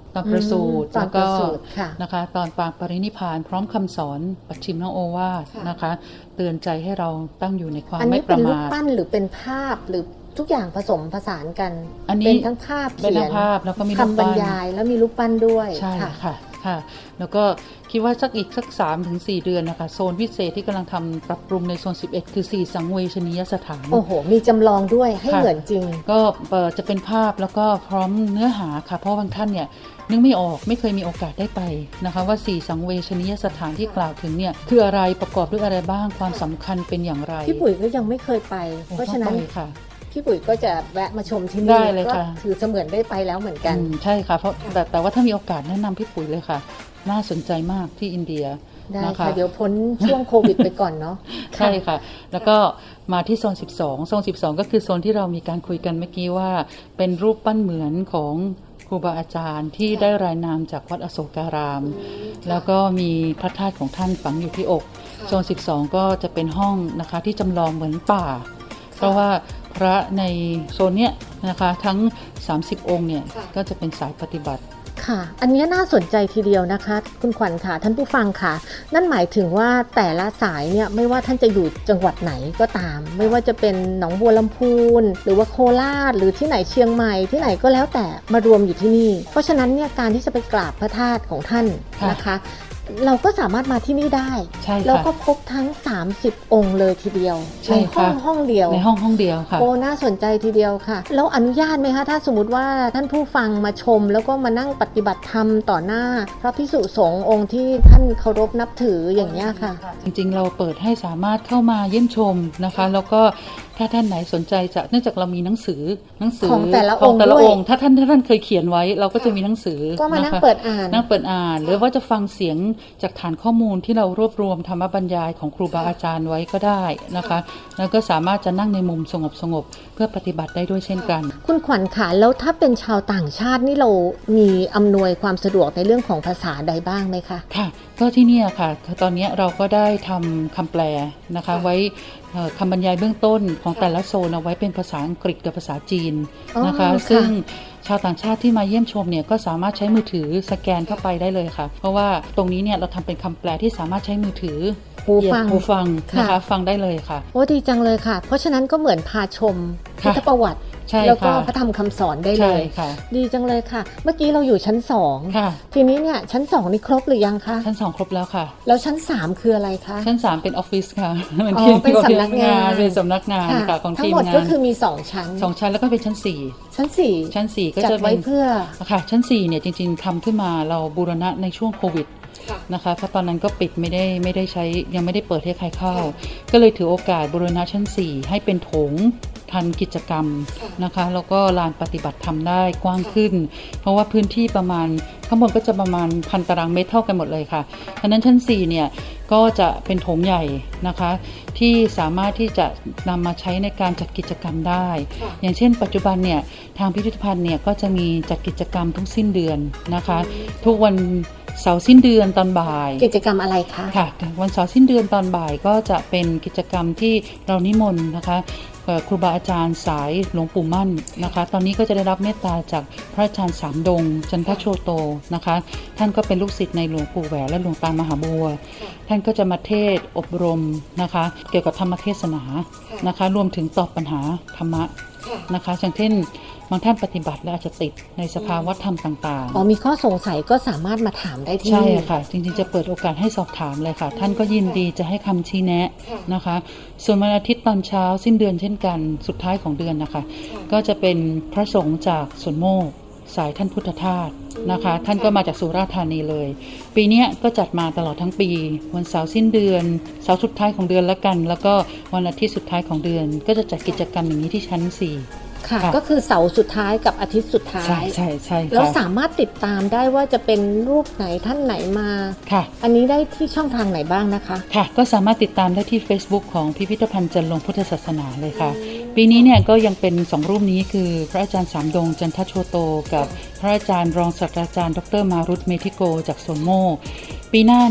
ตอนประสูติตอนประสูติแล้วก็ค่ะนะคะตอนปางปรินิพพานพร้อมคำสอนปัจฉิมนโอวาทนะคะเตือนใจให้เราตั้งอยู่ในความอันไม่นี้ปเป็ระนรูมาปทปั้นหรือเป็นภาพหรือทุกอย่างผสมผสานกันอันนี้เป็นทั้งภาพเป็นเขีทั้ยนงภาพแล้วก็มีรูปคำบรปั้รนยายแล้วมีรูปปั้นด้วยใช่ค่ะค่ะค่ะแล้วก็คิดว่าสักอีกสัก สามถึงสี่ เดือนนะคะโซนพิเศษที่กำลังทำปรับปรุงในโซนสิบเอ็ดคือสี่สังเวชนียสถานโอ้โหมีจำลองด้วยให้ค่ะเหมือนจริงก็เอ่อจะเป็นภาพแล้วก็พร้อมเนื้อหาค่ะเพราะบางท่านเนี่ยนึกไม่ออกไม่เคยมีโอกาสได้ไปนะคะว่าสี่สังเวชนียสถานที่กล่าวถึงเนี่ยคืออะไรประกอบด้วยอะไรบ้างความสำคัญเป็นอย่างไรพี่ปุ๋ยก็ยังไม่เคยไปโอ้เพราะฉะนั้นต้องไปค่ะพี่ปุ๋ยก็จะแวะมาชมที่ได้นี่เลยก็ค่ะถือเสมือนได้ไปแล้วเหมือนกันอืมใช่ค่ะเพราะแต่แต่ว่าถ้ามีโอกาสแนะนำพี่ปุ๋ยเลยค่ะน่าสนใจมากที่อินเดียได้นะคะค่ะเดี๋ยวพ้นช่วงโควิดไปก่อนเนาะใช่ค่ะแล้วก็มาที่โซนสิบสองโซนสิบสองก็คือโซนที่เรามีการคุยกันเมื่อกี้ว่าเป็นรูปปั้นเหมือนของครูบาอาจารย์ที่ได้รายนามจากวัดอโศการาม แล้วก็มีพระธาตุของท่านฝังอยู่ที่อกโซนสิบสองก็จะเป็นห้องนะคะที่จำลองเหมือนป่า เพราะว่าพระในโซนเนี้ยนะคะทั้งสามสิบองค์เนี่ยก็จะเป็นสายปฏิบัติค่ะ อันนี้น่าสนใจทีเดียวนะคะคุณขวัญค่ะท่านผู้ฟังค่ะนั่นหมายถึงว่าแต่ละสายเนี่ยไม่ว่าท่านจะอยู่จังหวัดไหนก็ตาม ไม่ว่าจะเป็นหนองบัวลำพูนหรือว่าโคราชหรือที่ไหนเชียงใหม่ที่ไหนก็แล้วแต่มารวมอยู่ที่นี่ เพราะฉะนั้นเนี่ยการที่จะไปกราบพระธาตุของท่านนะคะเราก็สามารถมาที่นี่ได้ใช่ค่ะแล้วก็พบทั้งสามสิบองค์เลยทีเดียวใช่ในห้องค่ะห้องเดียวในห้องห้องเดียวค่ะโอ้น่าสนใจทีเดียวค่ะแล้วอนุญาตไหมคะถ้าสมมติว่าท่านผู้ฟังมาชม แล้วก็มานั่งปฏิบัติธรรมต่อหน้าพระภิกษุสงฆ์องค์ที่ท่านเคารพนับถืออย่างนี้ยค่ะจริงๆเราเปิดให้สามารถเข้ามาเยี่ยมชมนะคะแล้วก็ถ้าท่านไหนสนใจจะเนื่องจากเรามีหนังสือหนังสืของแต่ละของค์แต่ละด้วยองค์ถ้าท่านถ้าท่านเคยเขียนไว้เราก็จะมีหนังสือก็มานั่งะคะเปิดอ่านนั่งเปิดอ่านหรือว่าจะฟังเสียงจากฐานข้อมูลที่เรารวบรวมธรรมบรรยายของครูบาอาจารย์ไว้ก็ได้นะคะแล้วก็สามารถจะนั่งในมุมสงบสงบๆเพื่อปฏิบัติได้ด้วยเช่นกันคุณขวัญค่ะแล้วถ้าเป็นชาวต่างชาตินี่เรามีอำนวยความสะดวกในเรื่องของภาษาใดบ้างไหมคะค่ะก็ที่เนี่ยค่ะตอนนี้เราก็ได้ทำคำแปลนะคะไว้เอ่อคำบรรยายเบื้องต้นของแต่ละโซนเอาไว้เป็นภาษาอังกฤษกับภาษาจีนอ๋อนะคะค่ะซึ่งชาวต่างชาติที่มาเยี่ยมชมเนี่ยก็สามารถใช้มือถือสแกนเข้าไปได้เลยค่ะเพราะว่าตรงนี้เนี่ยเราทำเป็นคำแปลที่สามารถใช้มือถือหูฟังหูฟังนะคะค่ะฟังได้เลยค่ะโอ้ดีจังเลยค่ะ เพราะฉะนั้นก็เหมือนพาชมพุทค่ะธประวัติใช่แล้วก็ค่ะพระธรรมคำสอนได้เลใช่ยค่ะดีจังเลยค่ะ เมื่อกี้เราอยู่ชั้นสองค่ะทีนี้เนี่ยชั้นสองนี่ครบหรือยังคะชั้นสองครบแล้วค่ะแล้วชั้นสามคืออะไรคะชั้นสามเป็นออฟฟิศค่ะอ๋อเป็นสำนักงานเป็นสำนักงานค่ะค่ะของทั้ทีงมหมดงาก็นคือมีสองชั้นสองชั้นแล้วก็เป็นชั้นสี่ชั้นสี่ชั้นสี่ก็จัดจะไว้เป็นเพื่อค่ะชั้นสี่เนี่ยจริงๆทำขึ้นมาเราบูรณะในช่วงโควิดนะคะเพราะตอนนั้นก็ปิดไม่ได้ไม่ได้ใช้ยังไม่ได้เปิดให้ใครเข้า ก็เลยถือโอกาสบูรณะชั้นสี่ให้เป็นโถงทันกิจกรรมนะคะแล้วก็ลานปฏิบัติธรรมได้กว้างขึ้น เพราะว่าพื้นที่ประมาณข้างบนก็จะประมาณพันตารางเมตรเท่ากันหมดเลยค่ะฉะนั้นชั้นสี่เนี่ยก็จะเป็นโถงใหญ่นะคะที่สามารถที่จะนำมาใช้ในการจัดกิจกรรมได้ อย่างเช่น ปัจจุบันเนี่ยทางพิพิธภัณฑ์เนี่ยก็จะมีจัดกิจกรรมทุกสิ้นเดือนนะคะทุกวันเสาร์สิ้นเดือนตอนบ่ายกิจกรรมอะไรคะค่ะวันเสาร์สิ้นเดือนตอนบ่ายก็จะเป็นกิจกรรมที่เรานิมนต์นะคะเอ่อครูบาอาจารย์สายหลวงปู่มั่นนะคะตอนนี้ก็จะได้รับเมตตาจากพระอาจารย์สามดงจันทโชโตนะคะท่านก็เป็นลูกศิษย์ในหลวงปู่แหวนและหลวงตามหาบัวท่านก็จะมาเทศน์อบรมนะคะเกี่ยวกับธรรมเทศนานะคะรวมถึงตอบปัญหาธรรมะนะคะอย่างเช่นบางท่านปฏิบัติและอาจจะติดในสภาวะธรรมต่างๆอ๋อมีข้อสงสัยก็สามารถมาถามได้ที่ใช่นี่ค่ะจริงๆจะเปิดโอกาสให้สอบถามเลยค่ะท่านก็ยินดีจะให้คำชี้แนะนะคะส่วนวันอาทิตย์ตอนเช้าสิ้นเดือนเช่นกันสุดท้ายของเดือนนะคะก็จะเป็นพระสงฆ์จากสวนโมกสายท่านพุทธทาสนะคะท่านก็มาจากสุราษฎร์ธานีเลยปีนี้ก็จัดมาตลอดทั้งปีวันเสาร์สิ้นเดือนเสาร์สุดท้ายของเดือนละกันแล้วก็วันอาทิตย์สุดท้ายของเดือนก็จะจัดกิจกรรมอย่างนี้ที่ชั้นสี่ค่ะค่ะก็คือเสาร์สุดท้ายกับอาทิตย์สุดท้ายใช่ใช่ใช่แล้วค่ะสามารถติดตามได้ว่าจะเป็นรูปไหนท่านไหนมาค่ะอันนี้ได้ที่ช่องทางไหนบ้างนะคะค่ะก็สามารถติดตามได้ที่ Facebook ของพิพิธภัณฑ์จันลงพุทธศาสนาเลยค่ะปีนี้เนี่ยก็ยังเป็นสองรูปนี้คือพระอาจารย์สามดงจันทโชโตกับพระอาจารย์รองศาสตราจารย์ดรมารุตเมธิโกจากสวนโมกปีหน้าเนี่ย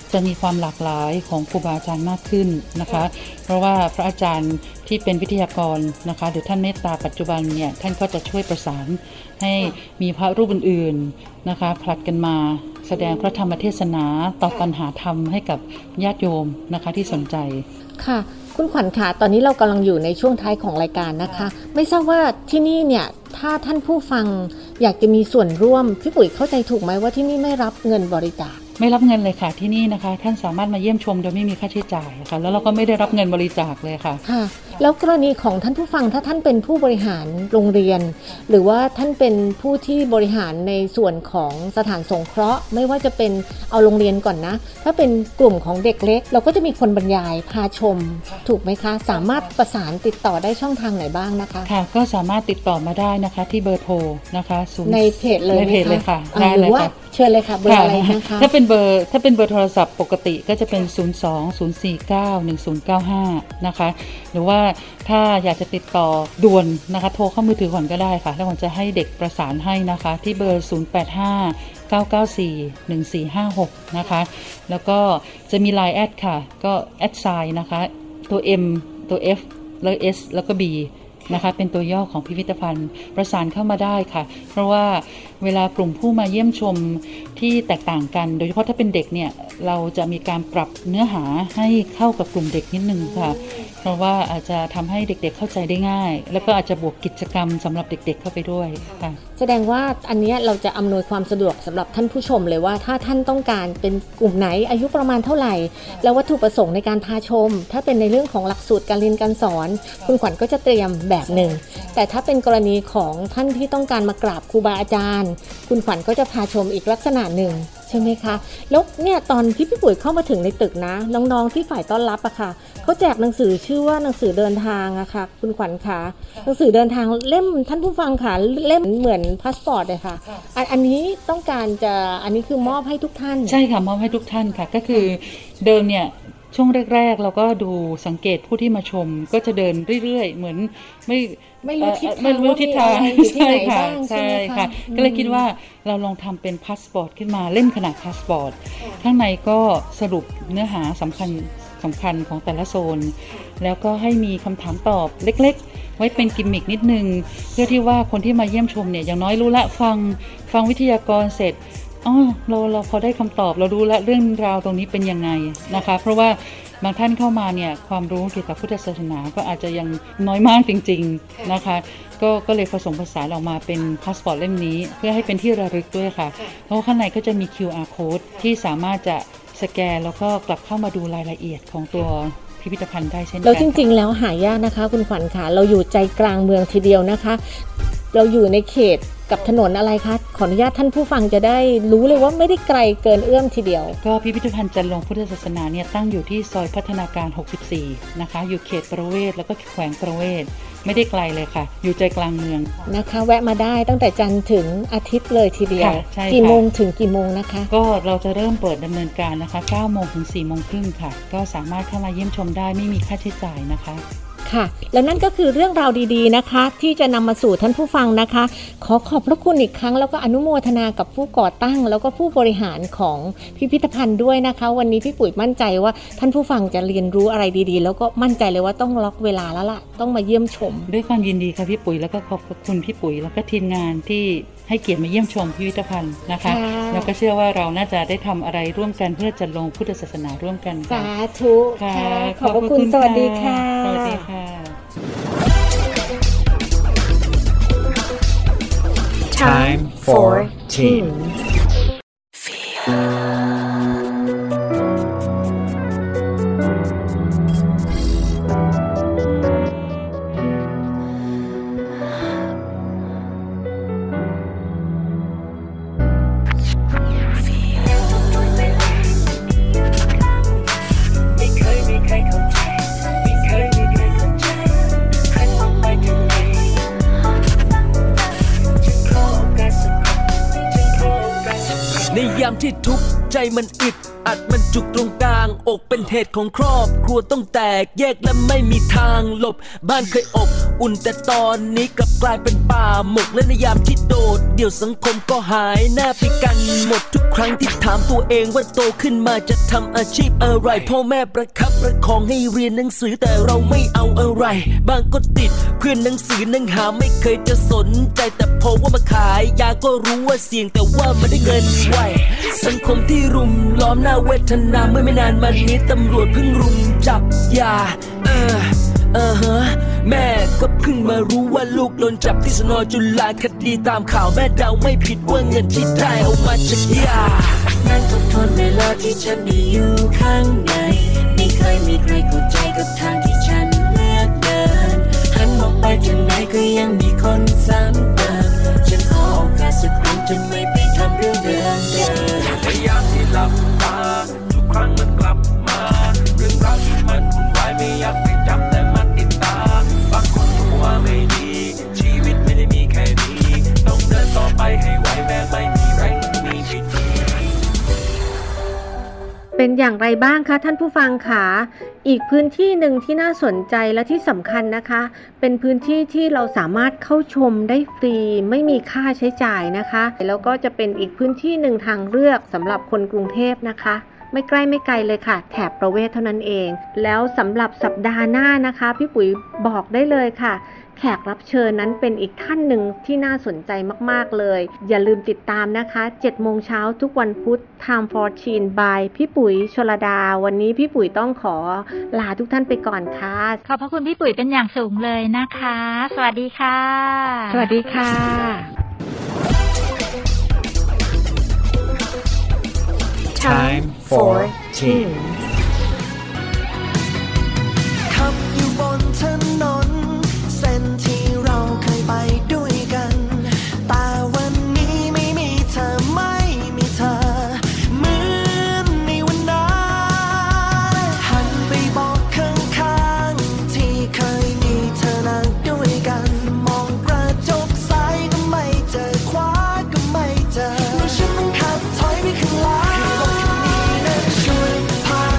จะมีความหลากหลายของครูบาอาจารย์มากขึ้นนะคะเพราะว่าพระอาจารย์ที่เป็นวิทยากรนะคะหรือท่านเมตตาปัจจุบันเนี่ยท่านก็จะช่วยประสานให้มีพระรูปอื่นๆนะคะผลัดกันมาแสดงพระธรรมเทศนาตอบปัญหาธรรมให้กับญาติโยมนะคะที่สนใจค่ะคุณขวัญค่ะตอนนี้เรากำลังอยู่ในช่วงท้ายของรายการนะคะไม่ทราบว่าที่นี่เนี่ยถ้าท่านผู้ฟังอยากจะมีส่วนร่วมพี่ปุ๋ยเข้าใจถูกไหมว่าที่นี่ไม่รับเงินบริจาคไม่รับเงินเลยค่ะที่นี่นะคะท่านสามารถมาเยี่ยมชมโดยไม่มีค่าใช้จ่ายค่ะแล้วเราก็ไม่ได้รับเงินบริจาคเลยค่ะค่ะแล้วกรณีของท่านผู้ฟังถ้าท่านเป็นผู้บริหารโรงเรียนหรือว่าท่านเป็นผู้ที่บริหารในส่วนของสถานสงเคราะห์ไม่ว่าจะเป็นเอาโรงเรียนก่อนนะถ้าเป็นกลุ่มของเด็กเล็กเราก็จะมีคนบรรยายพาชมถูกไหมคะสามารถประสานติดต่อได้ช่องทางไหนบ้างนะคะค่ะก็สามารถติดต่อมาได้นะคะที่เบอร์โทรนะคะในเพจเลยในเพจเลยค่ะได้เลยค่ะเชิญเลยค่ะเบอร์อะไรนะคะถ้าเป็นเบอร์ถ้าเป็นเบอร์โทรศัพท์ปกติก็จะเป็น ศูนย์ สอง ศูนย์ สี่ เก้า หนึ่ง ศูนย์ เก้า ห้า นะคะหรือว่าถ้าอยากจะติดต่อด่วนนะคะโทรเข้ามือถือก่อนก็ได้ค่ะแล้วผมจะให้เด็กประสานให้นะคะที่เบอร์ ศูนย์ แปด ห้า เก้า เก้า สี่ หนึ่ง สี่ ห้า หก นะคะแล้วก็จะมี ไลน์ แอดค่ะก็แอดไซน์นะคะตัว M ตัว F แล้ว S แล้วก็ Bนะคะเป็นตัวย่อของพิพิธภัณฑ์ประสานเข้ามาได้ค่ะเพราะว่าเวลากลุ่มผู้มาเยี่ยมชมที่แตกต่างกันโดยเฉพาะถ้าเป็นเด็กเนี่ยเราจะมีการปรับเนื้อหาให้เข้ากับกลุ่มเด็กนิดนึงค่ะเพราะว่าอาจจะทำให้เด็กๆเข้าใจได้ง่ายแล้วก็อาจจะบวกกิจกรรมสำหรับเด็กๆเข้าไปด้วยค่ะแสดงว่าอันนี้เราจะอำนวยความสะดวกสำหรับท่านผู้ชมเลยว่าถ้าท่านต้องการเป็นกลุ่มไหนอายุประมาณเท่าไหร่แล้ววัตถุประสงค์ในการพาชมถ้าเป็นในเรื่องของหลักสูตรการเรียนการสอนคุณขวัญก็จะเตรียมแบบหนึ่งแต่ถ้าเป็นกรณีของท่านที่ต้องการมากราบครูบาอาจารย์คุณขวัญก็จะพาชมอีกลักษณะหนึ่งใช่ไหมคะแล้วเนี่ยตอนที่พี่ปุ๋ยเข้ามาถึงในตึกนะน้องๆที่ฝ่ายต้อนรับอะค่ะเขาแจกหนังสือชื่อว่าหนังสือเดินทางอะค่ะคุณขวัญคะหนังสือเดินทางเล่มท่านผู้ฟังค่ะเล่มเหมือนพาสปอร์ตเลยค่ะอันอันนี้ต้องการจะอันนี้คือมอบให้ทุกท่านใช่ค่ะมอบให้ทุกท่านค่ะก็คือเดิมเนี่ยช่วงแรกๆเราก็ดูสังเกตผู้ที่มาชมก็จะเดินเรื่อยๆเหมือนไม่ไม่รู้ทิศทางไม่รู้ทิศทางใช่ค่ะใช่ค่ะก็เลยคิดว่าเราลองทำเป็นพาสปอร์ตขึ้นมาเล่มขนาดพาสปอร์ตข้างในก็สรุปเนื้อหาสำคัญสำคัญของแต่ละโซนแล้วก็ให้มีคำถามตอบเล็กๆไว้เป็นกิมมิกนิดนึงเพื่อที่ว่าคนที่มาเยี่ยมชมเนี่ยอย่างน้อยรู้ละฟังฟังวิทยากรเสร็จอ๋อเราเราพอได้คำตอบเรารู้ละเรื่องราวตรงนี้เป็นยังไงนะคะเพราะว่าบางท่านเข้ามาเนี่ยความรู้เกี่ยวกับพุทธศาสนาก็อาจจะยังน้อยมากจริงๆนะคะก็ก็เลยผสมผสานออกมาเป็นพาสปอร์ตเล่มนี้เพื่อให้เป็นที่ระลึกด้วยค่ะเพราะข้างในก็จะมี คิว อาร์ Code ที่สามารถจะสแกนแล้วก็กลับเข้ามาดูรายละเอียดของตัวพิพิธภัณฑ์ได้เช่นกันแล้วจริงๆแล้วหายากนะคะคุณขวัญค่ะเราอยู่ใจกลางเมืองทีเดียวนะคะเราอยู่ในเขตกับถนนอะไรคะขออนุญาตท่านผู้ฟังจะได้รู้เลยว่าไม่ได้ไกลเกินเอื้อมทีเดียวก็พิพิธภัณฑ์จันลงพุทธศาสนาเนี่ยตั้งอยู่ที่ซอยพัฒนาการหกสิบสี่นะคะอยู่เขตประเวศแล้วก็แขวงประเวศไม่ได้ไกลเลยค่ะอยู่ใจกลางเมืองนะคะแวะมาได้ตั้งแต่จันทร์ถึงอาทิตย์เลยทีเดียวกี่โมงถึงกี่โมงนะคะก็เราจะเริ่มเปิดดำเนินการนะคะเก้าโมงถึงสี่โมงครึ่งค่ะก็สามารถเข้ามาเยี่ยมชมได้ไม่มีค่าใช้จ่ายนะคะค่ะและนั่นก็คือเรื่องราวดีๆนะคะที่จะนำมาสู่ท่านผู้ฟังนะคะขอขอบพระคุณอีกครั้งแล้วก็อนุโมทนากับผู้ก่อตั้งแล้วก็ผู้บริหารของพิพิธภัณฑ์ด้วยนะคะวันนี้พี่ปุ๋ยมั่นใจว่าท่านผู้ฟังจะเรียนรู้อะไรดีๆแล้วก็มั่นใจเลยว่าต้องล็อกเวลาแล้วล่ะต้องมาเยี่ยมชมด้วยความยินดีค่ะพี่ปุ๋ยแล้วก็ขอบคุณพี่ปุ๋ยแล้วก็ทีมงานที่ให้เกียรติมาเยี่ยมชมพิพิธภัณฑ์นะคะแล้วก็เชื่อว่าเราน่าจะได้ทำอะไรร่วมกันเพื่อจัดลงพุทธศาสนาร่วมกันสาธุค่ะขอบคุณสวัสดีค่ะสวัสดีค่ะ Time for Teenในยามที่ทุกข์ใจมันอึดอัดมันจุกตรงกลางอกเป็นเหตุของครอบครัวต้องแตกแยกและไม่มีทางหลบบ้านเคยอบอุ่นแต่ตอนนี้กลับกลายเป็นป่าหมกและในยามที่โดดเดี่ยวสังคมก็หายหน้าไปกันหมดทุกครั้งที่ถามตัวเองว่าโตขึ้นมาจะทำอาชีพอะไรพ่อแม่ประคับประคองให้เรียนหนังสือแต่เราไม่เอาอะไรบางก็ติดเพื่อนหนังสือนั่งหาไม่เคยจะสนใจแต่พอว่ามาขายยาก็รู้ว่าเสี่ยงแต่ว่ามันได้เงินไวสังคมที่รุมล้อมหน้าเวทนาเมื่อไม่นานมานี้ตำรวจเพิ่งรุมจับยาเออเออฮะแม่ก็เพิ่งมารู้ว่าลูกโดนจับที่สน.จุฬาคดีตามข่าวแม่เดาไม่ผิดว่าเงินที่ได้เอามาจากยานั่งทบทวนเวลาที่ฉันได้อยู่ข้างในไม่เคยมีใครเข้าใจกับทางที่ฉันเลือกเดินหันมองไปทางไหนก็ยังมีคนซ้ำเติมฉันขอโอกาสสักครั้งจนไม่ไปทำเรื่องเดิมเดิมพยายามที่หลับตาทุกครั้งมันกลับมาเรื่องราวที่มันวุ่นวายไม่อยากไปจำแต่มันติดตาบางคนตัวไม่ดีชีวิตไม่ได้มีแค่นี้ต้องเดินต่อไปให้ไหวแม้ไม่มีแรงมีวิธีเป็นอย่างไรบ้างคะท่านผู้ฟังคะอีกพื้นที่หนึ่งที่น่าสนใจและที่สำคัญนะคะเป็นพื้นที่ที่เราสามารถเข้าชมได้ฟรีไม่มีค่าใช้จ่ายนะคะแล้วก็จะเป็นอีกพื้นที่หนึ่งทางเลือกสำหรับคนกรุงเทพนะคะไม่ใกล้ไม่ไกลเลยค่ะแถบประเวศเท่านั้นเองแล้วสำหรับสัปดาห์หน้านะคะพี่ปุ๋ยบอกได้เลยค่ะแขกรับเชิญนั้นเป็นอีกท่านหนึ่งที่น่าสนใจมากๆเลยอย่าลืมติดตามนะคะเจ็ดโมงเช้าทุกวันพุธ Time for Teen by พี่ปุ๋ยชลดาวันนี้พี่ปุ๋ยต้องขอลาทุกท่านไปก่อนค่ะขอบพระคุณพี่ปุ๋ยเป็นอย่างสูงเลยนะคะสวัสดีค่ะสวัสดีค่ะ Time for Teen ขับอยู่บนถนนเส้นที่เราเคยไปด้วยกันแต่วันนี้ไม่มีเธอไม่มีเธอเหมือนในวันนั้นหันไปบอกข้างๆที่เคยมีเธอนั่งด้วยกันมองกระจกซ้ายก็ไม่เจอขวาก็ไม่เจอแล้วฉันต้องขับถอยไปข้างหลังให้รถคันนี้นั้นช่วยพา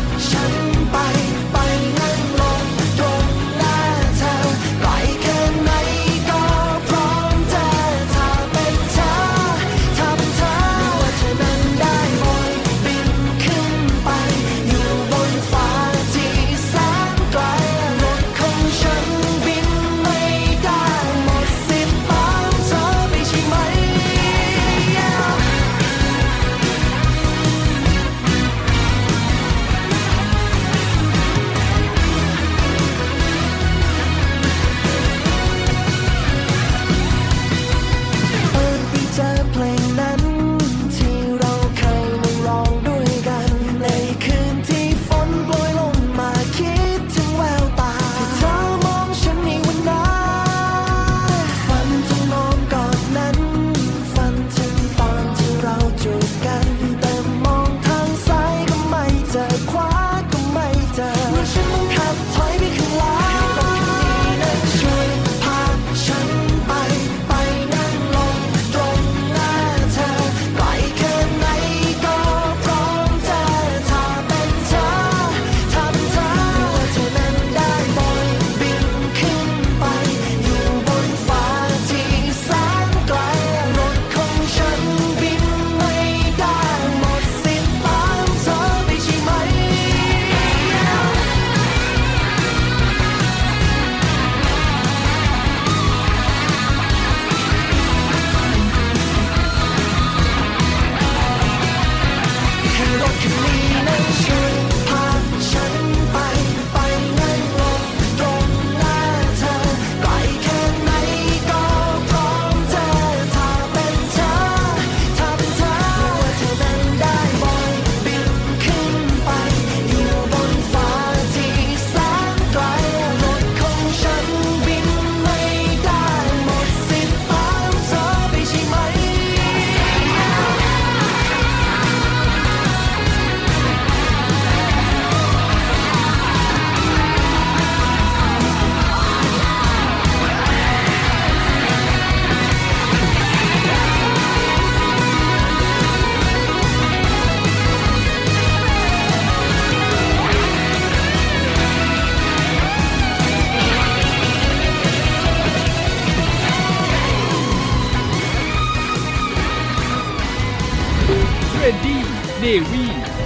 เนวี่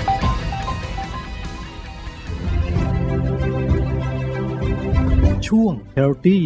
ช่วง Healthy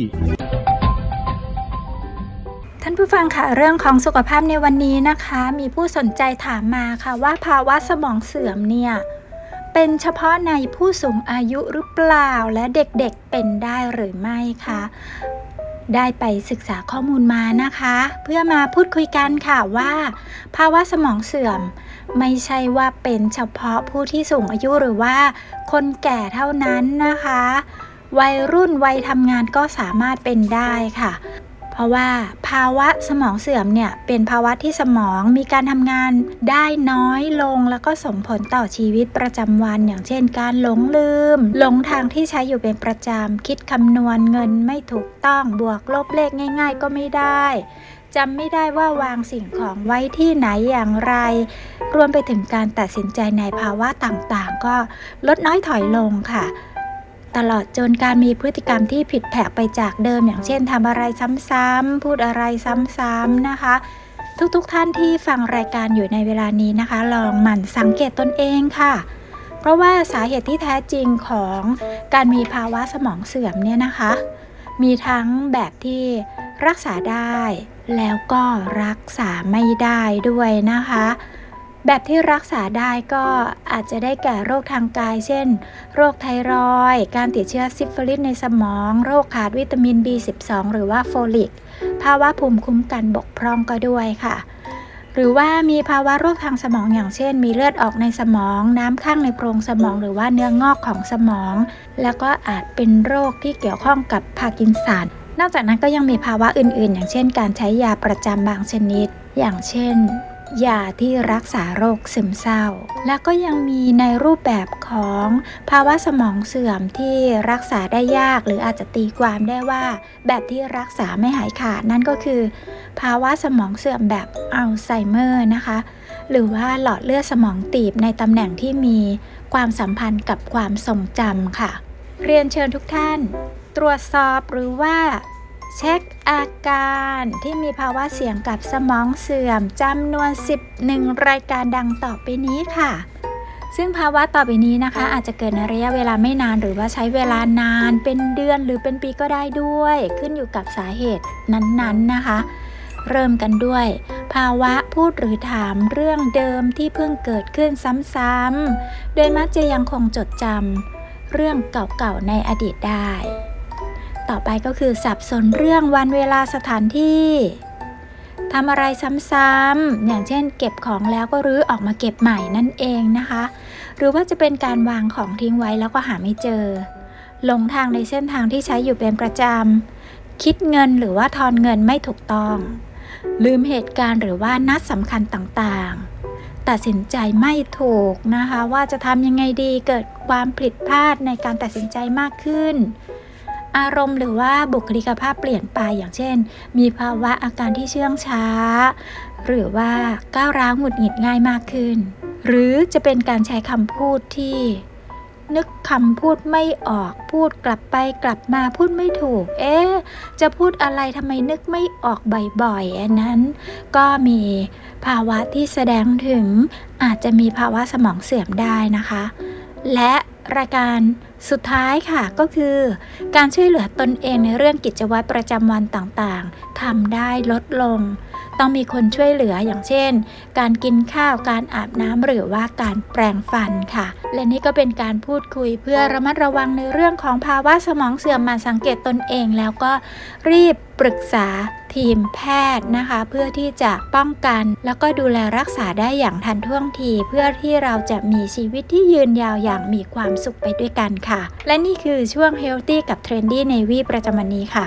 ท่านผู้ฟังค่ะเรื่องของสุขภาพในวันนี้นะคะมีผู้สนใจถามมาค่ะว่าภาวะสมองเสื่อมเนี่ยเป็นเฉพาะในผู้สูงอายุหรือเปล่าและเด็กๆเป็นได้หรือไม่คะได้ไปศึกษาข้อมูลมานะคะเพื่อมาพูดคุยกันค่ะว่าภาวะสมองเสื่อมไม่ใช่ว่าเป็นเฉพาะผู้ที่สูงอายุหรือว่าคนแก่เท่านั้นนะคะวัยรุ่นวัยทำงานก็สามารถเป็นได้ค่ะเพราะว่าภาวะสมองเสื่อมเนี่ยเป็นภาวะที่สมองมีการทำงานได้น้อยลงแล้วก็ส่งผลต่อชีวิตประจำวันอย่างเช่นการหลงลืมหลงทางที่ใช้อยู่เป็นประจำคิดคำนวณเงินไม่ถูกต้องบวกลบเลขง่ายๆก็ไม่ได้จำไม่ได้ว่าวางสิ่งของไว้ที่ไหนอย่างไรรวมไปถึงการตัดสินใจในภาวะต่างๆก็ลดน้อยถอยลงค่ะตลอดจนการมีพฤติกรรมที่ผิดแผกไปจากเดิมอย่างเช่นทำอะไรซ้ำๆพูดอะไรซ้ำๆนะคะทุกๆท่านที่ฟังรายการอยู่ในเวลานี้นะคะลองหมั่นสังเกตตนเองค่ะเพราะว่าสาเหตุที่แท้จริงของการมีภาวะสมองเสื่อมเนี่ยนะคะมีทั้งแบบที่รักษาได้แล้วก็รักษาไม่ได้ด้วยนะคะแบบที่รักษาได้ก็อาจจะได้แก่โรคทางกายเช่นโรคไทรอยด์การติดเชื้อซิฟิลิสในสมองโรคขาดวิตามิน บี สิบสอง หรือว่าโฟลิกภาวะภูมิคุ้มกันบกพร่องก็ด้วยค่ะหรือว่ามีภาวะโรคทางสมองอย่างเช่นมีเลือดออกในสมองน้ำข้างในโพรงสมองหรือว่าเนื้องอกของสมองแล้วก็อาจเป็นโรคที่เกี่ยวข้องกับพาร์กินสันนอกจากนั้นก็ยังมีภาวะอื่นๆอย่างเช่นการใช้ยาประจำบางชนิดอย่างเช่นยาที่รักษาโรคซึมเศร้าแล้วก็ยังมีในรูปแบบของภาวะสมองเสื่อมที่รักษาได้ยากหรืออาจจะตีความได้ว่าแบบที่รักษาไม่หายขาดนั่นก็คือภาวะสมองเสื่อมแบบอัลไซเมอร์นะคะหรือว่าหลอดเลือดสมองตีบในตำแหน่งที่มีความสัมพันธ์กับความทรงจำค่ะเรียนเชิญทุกท่านตรวจสอบหรือว่าเช็คอาการที่มีภาวะเสี่ยงกับสมองเสื่อมจำนวนสิบเอ็ดรายการดังต่อไปนี้ค่ะซึ่งภาวะต่อไปนี้นะคะอาจจะเกิดในระยะเวลาไม่นานหรือว่าใช้เวลานานเป็นเดือนหรือเป็นปีก็ได้ด้วยขึ้นอยู่กับสาเหตุนั้นๆนะคะเริ่มกันด้วยภาวะพูดหรือถามเรื่องเดิมที่เพิ่งเกิดขึ้นซ้ำๆโดยมักจะยังคงจดจำเรื่องเก่าๆในอดีตได้ต่อไปก็คือสับสนเรื่องวันเวลาสถานที่ทำอะไรซ้ำๆอย่างเช่นเก็บของแล้วก็รื้อออกมาเก็บใหม่นั่นเองนะคะหรือว่าจะเป็นการวางของทิ้งไว้แล้วก็หาไม่เจอหลงทางในเส้นทางที่ใช้อยู่เป็นประจำคิดเงินหรือว่าทอนเงินไม่ถูกต้องลืมเหตุการณ์หรือว่านัดสำคัญต่างๆตัดสินใจไม่ถูกนะคะว่าจะทำยังไงดีเกิดความผิดพลาดในการตัดสินใจมากขึ้นอารมณ์หรือว่าบุคลิกภาพเปลี่ยนไปอย่างเช่นมีภาวะอาการที่เชื่องช้าหรือว่าก้าวร้าวหงุดหงิดง่ายมากขึ้นหรือจะเป็นการใช้คำพูดที่นึกคำพูดไม่ออกพูดกลับไปกลับมาพูดไม่ถูกเอ๊ะจะพูดอะไรทำไมนึกไม่ออกบ่อยๆอันนั้นก็มีภาวะที่แสดงถึงอาจจะมีภาวะสมองเสื่อมได้นะคะและรายการสุดท้ายค่ะก็คือการช่วยเหลือตนเองในเรื่องกิจวัตรประจำวันต่างๆทำได้ลดลงต้องมีคนช่วยเหลืออย่างเช่นการกินข้าวการอาบน้ำหรือว่าการแปรงฟันค่ะและนี่ก็เป็นการพูดคุยเพื่อระมัดระวังในเรื่องของภาวะสมองเสื่อมมาสังเกตตนเองแล้วก็รีบปรึกษาทีมแพทย์นะคะเพื่อที่จะป้องกันแล้วก็ดูแลรักษาได้อย่างทันท่วงทีเพื่อที่เราจะมีชีวิตที่ยืนยาวอย่างมีความสุขไปด้วยกันค่ะและนี่คือช่วง Healthy กับ Trendy Navy ประจำวันนี้ค่ะ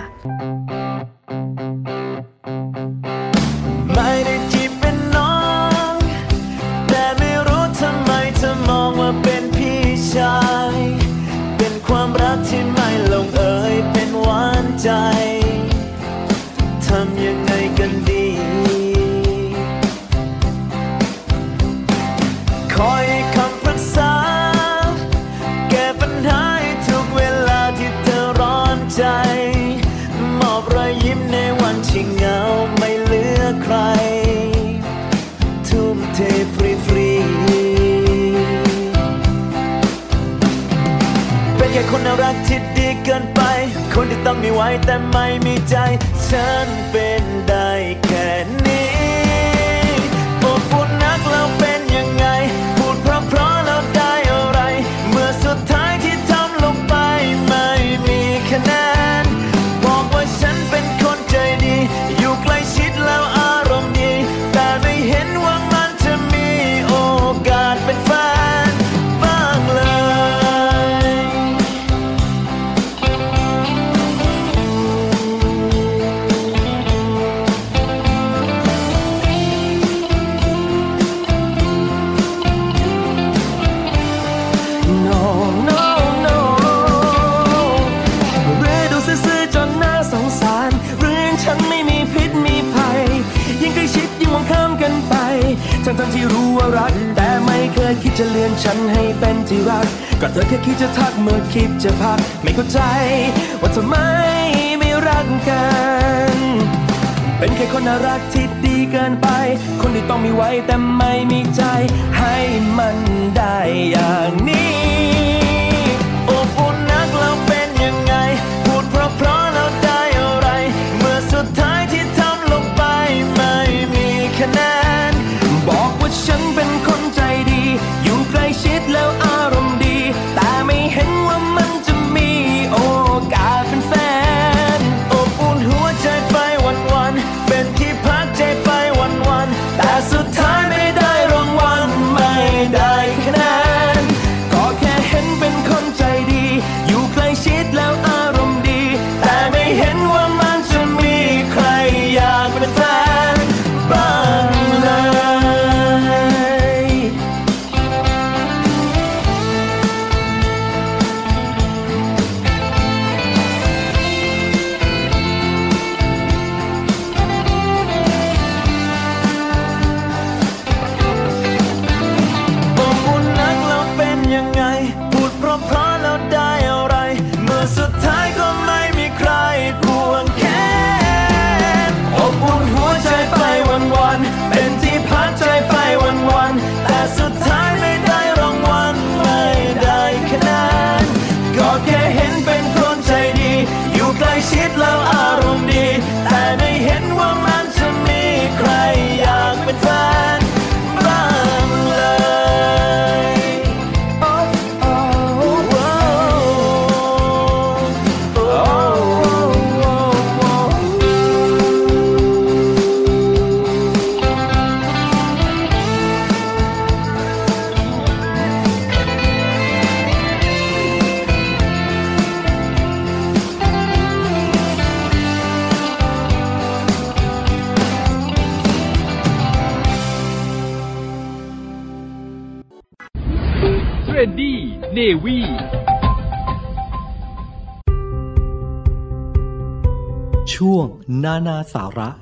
ไม่ได้จีบเป็นน้องแต่ไม่รู้ทำไมเธอมองว่าเป็นพี่ชายเป็นความรักที่ไม่ลงเอยเป็นหวานใจทำยังไงกันดีคอยให้คำปรึกษาแก้ปัญหาให้ทุกเวลาที่เธอร้อนใจมอบรอยยิ้มในวันที่เหงาไม่เหลือใครทุ่มเทฟรีแค่คนน่ารักที่ดีเกินไปคนที่ต้องมีไว้แต่ไม่มีใจฉันเป็นได้แค่นี้อบอุ่นนักเราเป็นยังไงพูดเพราะเพราะเราได้อะไรเมื่อสุดท้ายที่ทำลงไปไม่มีคะแนนบอกว่าฉันเป็นคนใจดีอยู่ใกล้ชิดแล้วอารมณ์ดีแต่ไม่เห็นว่ามันจะมีโอกาสเป็นแฟนบ้างเลยทั้งๆที่รู้ว่ารักแต่ไม่เคยคิดจะเลื่อนฉันให้เป็นที่รักก็เธอแค่คิดจะทักเมื่อคิดจะพักไม่เข้าใจว่าทำไมไม่รักกันเป็นแค่คนน่ารักที่ดีเกินไปคนที่ต้องมีไว้แต่ไม่มีใจให้มันได้อย่างนี้อบอุ่นนักเราเป็นยังไงพูดเพราะเพราะเราได้อะไรเมื่อสุดท้ายที่ทำลงไปไม่มีคะแนนบอกว่าฉันเป็นคนใจดีอยู่ใกล้ชิดแล้วอารมณ์ดีแต่ไม่เห็นว่ามันจะมีโอกาสเป็นแฟนอบอุ่นหัวใจไปวันๆเป็นที่พักใจไปวันๆแต่สุดท้ายไม่ได้รางวัลไม่ได้คะแนนก็แค่เห็นเป็นคนใจดีอยู่ใกล้ชิดแล้วอารมณ์ดีแต่ไม่เห็นว่ามันจะมีใครอยากเป็นแฟนบ้างเลยชิดแล้วอารมณ์ดีแต่ไม่เห็นว่ามันจะมีใครอยากเป็นแฟนบ้างเลยโอ้โอ้โอ้โอ้โอ้ Trendy Navy ช่วงนานาสาระ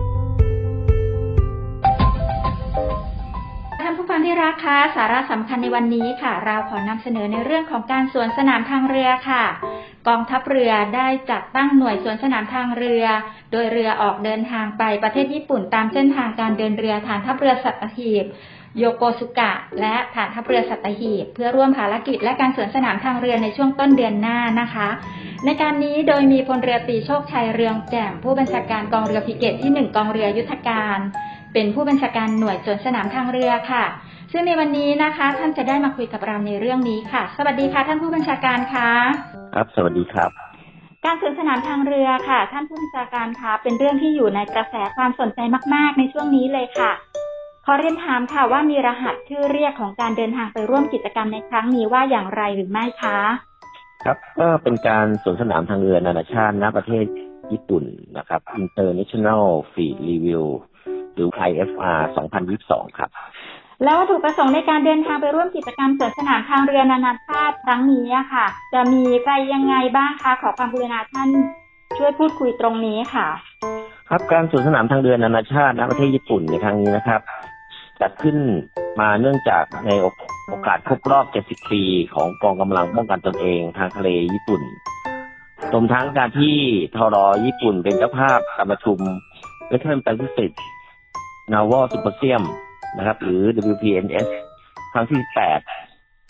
ท่านผู้ฟังที่รักคะสาระสำคัญในวันนี้ค่ะเราขอนำเสนอในเรื่องของการสวนสนามทางเรือค่ะกองทัพเรือได้จัดตั้งหน่วยสวนสนามทางเรือโดยเรือออกเดินทางไปประเทศญี่ปุ่นตามเส้นทางการเดินเรือฐานทัพเรือสัตหีบโยโกสุกะและฐานทัพเรือสัตหีบเพื่อร่วมภารกิจและการสวนสนามทางเรือในช่วงต้นเดือนหน้านะคะในการนี้โดยมีพลเรือตรีโชคชัยเรืองแจ่มผู้บัญชาการกองเรือฟริเกตที่หนึ่งกองเรือยุทธการเป็นผู้บัญชาการหน่วยสวนสนามทางเรือค่ะซึ่งในวันนี้นะคะท่านจะได้มาคุยกับเราในเรื่องนี้ค่ะสวัสดีค่ะท่านผู้บัญชาการค่ะครับสวัสดีครับการสวนสนามทางเรือค่ะท่านผู้บัญชาการคะเป็นเรื่องที่อยู่ในกระแสความสนใจมากๆในช่วงนี้เลยค่ะขอเรียนถามค่ะว่ามีรหัสชื่อเรียกของการเดินทางไปร่วมกิจกรรมในครั้งนี้ว่าอย่างไรหรือไม่คะครับก็เป็นการสวนสนามทางเรือนานาชาติณประเทศญี่ปุ่นนะครับ International Fleet Review หรือ ไอ เอฟ อาร์ สองพันยี่สิบสองครับแล้ววัตถุประสงค์ในการเดินทางไปร่วมกิจกรรมสวนสนามทางเรือนานาชาติครั้งนี้ค่ะจะมีใครยังไงบ้างคะขอความกรุณาท่านช่วยพูดคุยตรงนี้ค่ะครับการสวนสนามทางเรือนานาชาติณประเทศญี่ปุ่นในครั้งนี้นะครับจัดขึ้นมาเนื่องจากในโอกาสครบรอบเจ็ดสิบปีของกองกำลังป้องกันตนเองทางทะเลญี่ปุ่นรวมทั้งการที่ทรญี่ปุ่นเป็นเจ้าภาพการประชุม Western Pacific Naval Symposium นะครับหรือ ดับเบิลยู พี เอ็น เอส ครั้งที่แปด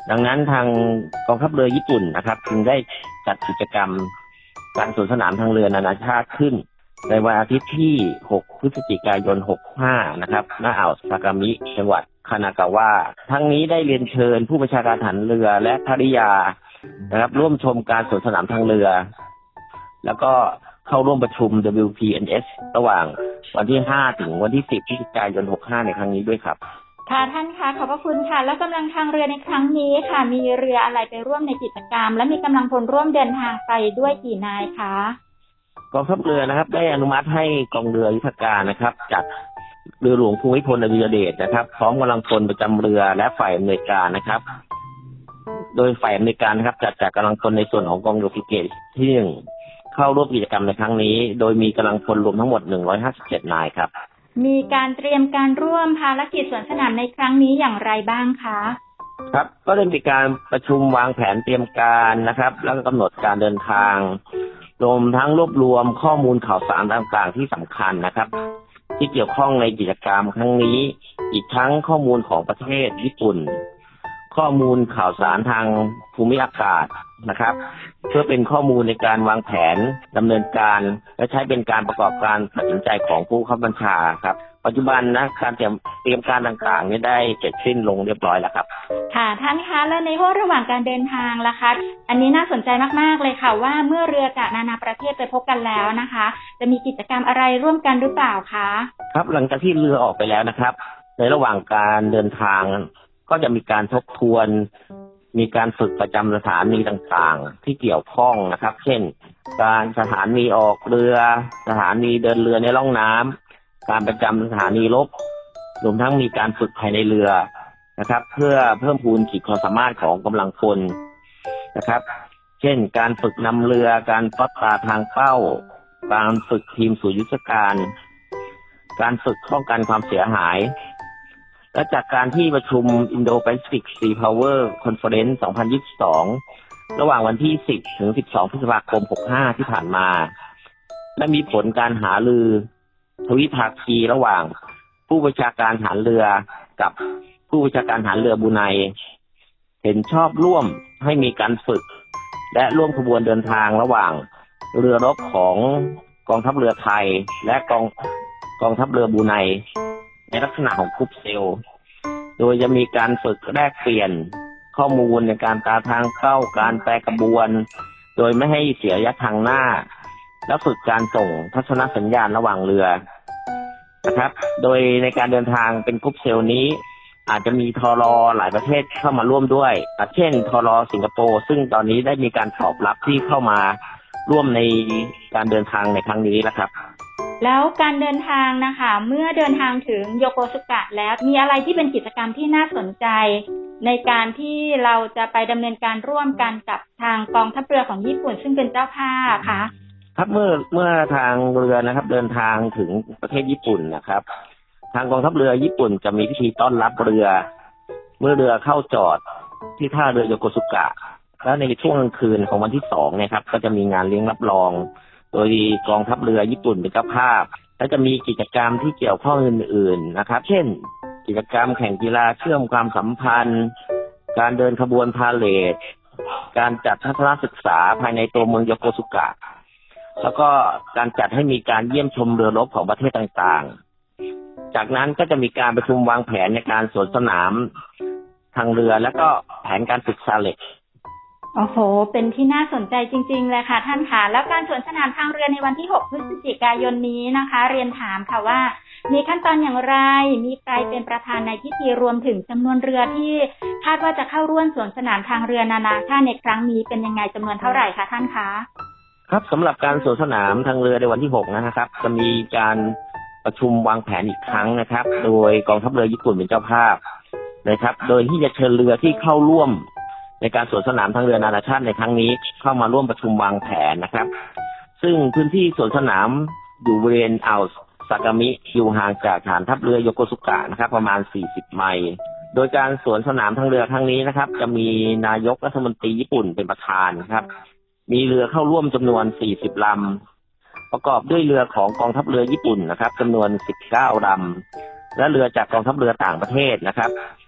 ดังนั้นทางกองทัพเรือญี่ปุ่นนะครับจึงได้จัดกิจกรรมการสวนสนามทางเรือนานาชาติขึ้นในวันอาทิตย์ที่หกพฤศจิกายนหกสิบห้านะครับณอ่าวซากามิจังหวัดคานากาวะทั้งนี้ได้เรียนเชิญผู้บัญชาการทหารเรือและภริยานะครับร่วมชมการสวนสนามทางเรือแล้วก็เข้าร่วมประชุม ดับเบิลยู พี เอ็น เอส ระหว่างวันที่ห้าถึงวันที่สิบพฤศจิกายนหกสิบห้าในครั้งนี้ด้วยครับค่ะท่านคะขอบพระคุณค่ะแล้วกำลังทางเรือในครั้งนี้ค่ะมีเรืออะไรไปร่วมในกิจกรรมและมีกำลังพลร่วมเดินทางไปด้วยกี่นายคะกองทัพเรือนะครับได้อนุมัติให้กองเรือยุทธการนะครับจัดเรือหลวงภูมิพลอดุลยเดชนะครับพร้อมกำลังพลประจำเรือและฝ่ายอำนวยการนะครับโดยฝ่ายอำนวยการนะครับจัดจากกำลังพลในส่วนของกองเรือฟริเกตที่หนึ่งเข้าร่วมกิจกรรมในครั้งนี้โดยมีกำลังพลรวมทั้งหมดหนึ่งร้อยห้าสิบเจ็ดนายครับมีการเตรียมการร่วมภารกิจสวนสนามในครั้งนี้อย่างไรบ้างคะครับก็ได้มีการประชุมวางแผนเตรียมการนะครับแล้วก็กำหนดการเดินทางรวมทั้งรวบรวมข้อมูลข่าวสารต่างๆที่สำคัญนะครับที่เกี่ยวข้องในกิจกรรมครั้งนี้อีกทั้งข้อมูลของประเทศญี่ปุ่นข้อมูลข่าวสารทางภูมิอากาศนะครับเพื่อเป็นข้อมูลในการวางแผนดำเนินการและใช้เป็นการประกอบการตัดสินใจของผู้บังคับบัญชาครับปัจจุบันนะการเตรียมเตรียมการต่างๆนี้ได้เสร็จสิ้นลงเรียบร้อยแล้วครับค่ะท่านคะและในห่วงระหว่างการเดินทางล่ะคะอันนี้น่าสนใจมากๆเลยค่ะว่าเมื่อเรือจากนานาประเทศไปพบกันแล้วนะคะจะมีกิจกรรมอะไรร่วมกันหรือเปล่าคะครับหลังจากที่เรือออกไปแล้วนะครับในระหว่างการเดินทางก็จะมีการทบทวนมีการฝึกประจำสถานีต่างๆที่เกี่ยวข้องนะครับเช่นการสถานีออกเรือสถานีเดินเรือในร่องน้ำการประจำสถานีรบรวมทั้งมีการฝึกภายในเรือนะครับเพื่อเพิ่มพูนขีดความสามารถของกำลังพลนะครับเช่นการฝึกนำเรือการปลดปลาทางเป้าการฝึกทีมสู่ยุทธการการฝึกป้องกันความเสียหายและจากการที่ประชุม Indo-Pacific Sea Power Conference สองพันยี่สิบสองระหว่างวันที่สิบถึงสิบสองพฤษภาคมหกสิบห้าที่ผ่านมาและมีผลการหารือทวิภาคีระหว่างผู้บัญชาการทหารเรือกับผู้บัญชาการทหารเรือบรูไนเห็นชอบร่วมให้มีการฝึกและร่วมขบวนเดินทางระหว่างเรือรบของกองทัพเรือไทยและกองกองทัพเรือบรูไนในลักษณะของกรุ๊ปเซลโดยจะมีการฝึกแลกเปลี่ยนข้อมูลในการตาทางเข้าการแปรขบวนโดยไม่ให้เสียระยะทางหน้าและฝึกการส่งทัศนสัญญาณระหว่างเรือนะครับโดยในการเดินทางเป็นกรุ๊ปเซลนี้อาจจะมีทรหลายประเทศเข้ามาร่วมด้วยเช่นทรสิงคโปร์ซึ่งตอนนี้ได้มีการตอบรับที่เข้ามาร่วมในการเดินทางในครั้งนี้แล้วครับแล้วการเดินทางนะคะเมื่อเดินทางถึงโยโกสุกะแล้วมีอะไรที่เป็นกิจกรรมที่น่าสนใจในการที่เราจะไปดำเนินการร่วมกันกับทางกองทัพเรือของญี่ปุ่นซึ่งเป็นเจ้าภาพคะครับเมื่อเมื่อทางเรือนะครับเดินทางถึงประเทศญี่ปุ่นนะครับทางกองทัพเรือญี่ปุ่นจะมีพิธีต้อนรับเรือเมื่อเรือเข้าจอดที่ท่าเรือโยโกสุกะแล้วในช่วงกลางคืนของวันที่สองเนี่ยครับก็จะมีงานเลี้ยงรับรองโดยกองทัพเรือญี่ปุ่นเป็นเจ้าภาพและจะมีกิจกรรมที่เกี่ยวข้องอื่นๆนะครับเช่นกิจกรรมแข่งกีฬาเชื่อมความสัมพันธ์การเดินขบวนพาเหรดการจัดทัศนศึกษาภายในตัวเมืองโยโกสุกะแล้วก็การจัดให้มีการเยี่ยมชมเรือรบของประเทศต่างๆจากนั้นก็จะมีการประชุมวางแผนในการสวนสนามทางเรือแล้วก็แผนการฝึกซาเล็กโอ้โหเป็นที่น่าสนใจจริงๆเลยค่ะท่านค่ะแล้วการสวนสนามทางเรือในวันที่หกพฤศจิกายนนี้นะคะเรียนถามค่ะว่ามีขั้นตอนอย่างไรมีใครเป็นประธานในพิธีรวมถึงจำนวนเรือที่คาดว่าจะเข้าร่วมสวนสนามทางเรือนานาชาติในครั้งนี้เป็นยังไงจำนวนเท่าไหร่คะท่านคะครับสำหรับการสวนสนามทางเรือในวันที่หกนะครับจะมีการประชุมวางแผนอีกครั้งนะครับโดยกองทัพเรือญี่ปุ่นเป็นเจ้าภาพนะครับโดยที่จะเชิญเรือที่เข้าร่วมในการสวนสนามทางเรือนานาชาติในครั้งนี้เข้ามาร่วมประชุมวางแผนนะครับซึ่งพื้นที่สวนสนามอยู่บริเวณอ่าวซากามิอยู่ห่างจากฐานทัพเรือโยโกสุกะนะครับประมาณสี่สิบไมล์โดยการสวนสนามทางเรือครั้งนี้นะครับจะมีนายกรัฐมนตรีญี่ปุ่นเป็นประธานครับมีเรือเข้าร่วมจำนวนสี่สิบลำประกอบด้วยเรือของกองทัพเรือญี่ปุ่นนะครับจำนวนสิบเก้าลำและเรือจากกองทัพเรือต่างประเทศนะครับ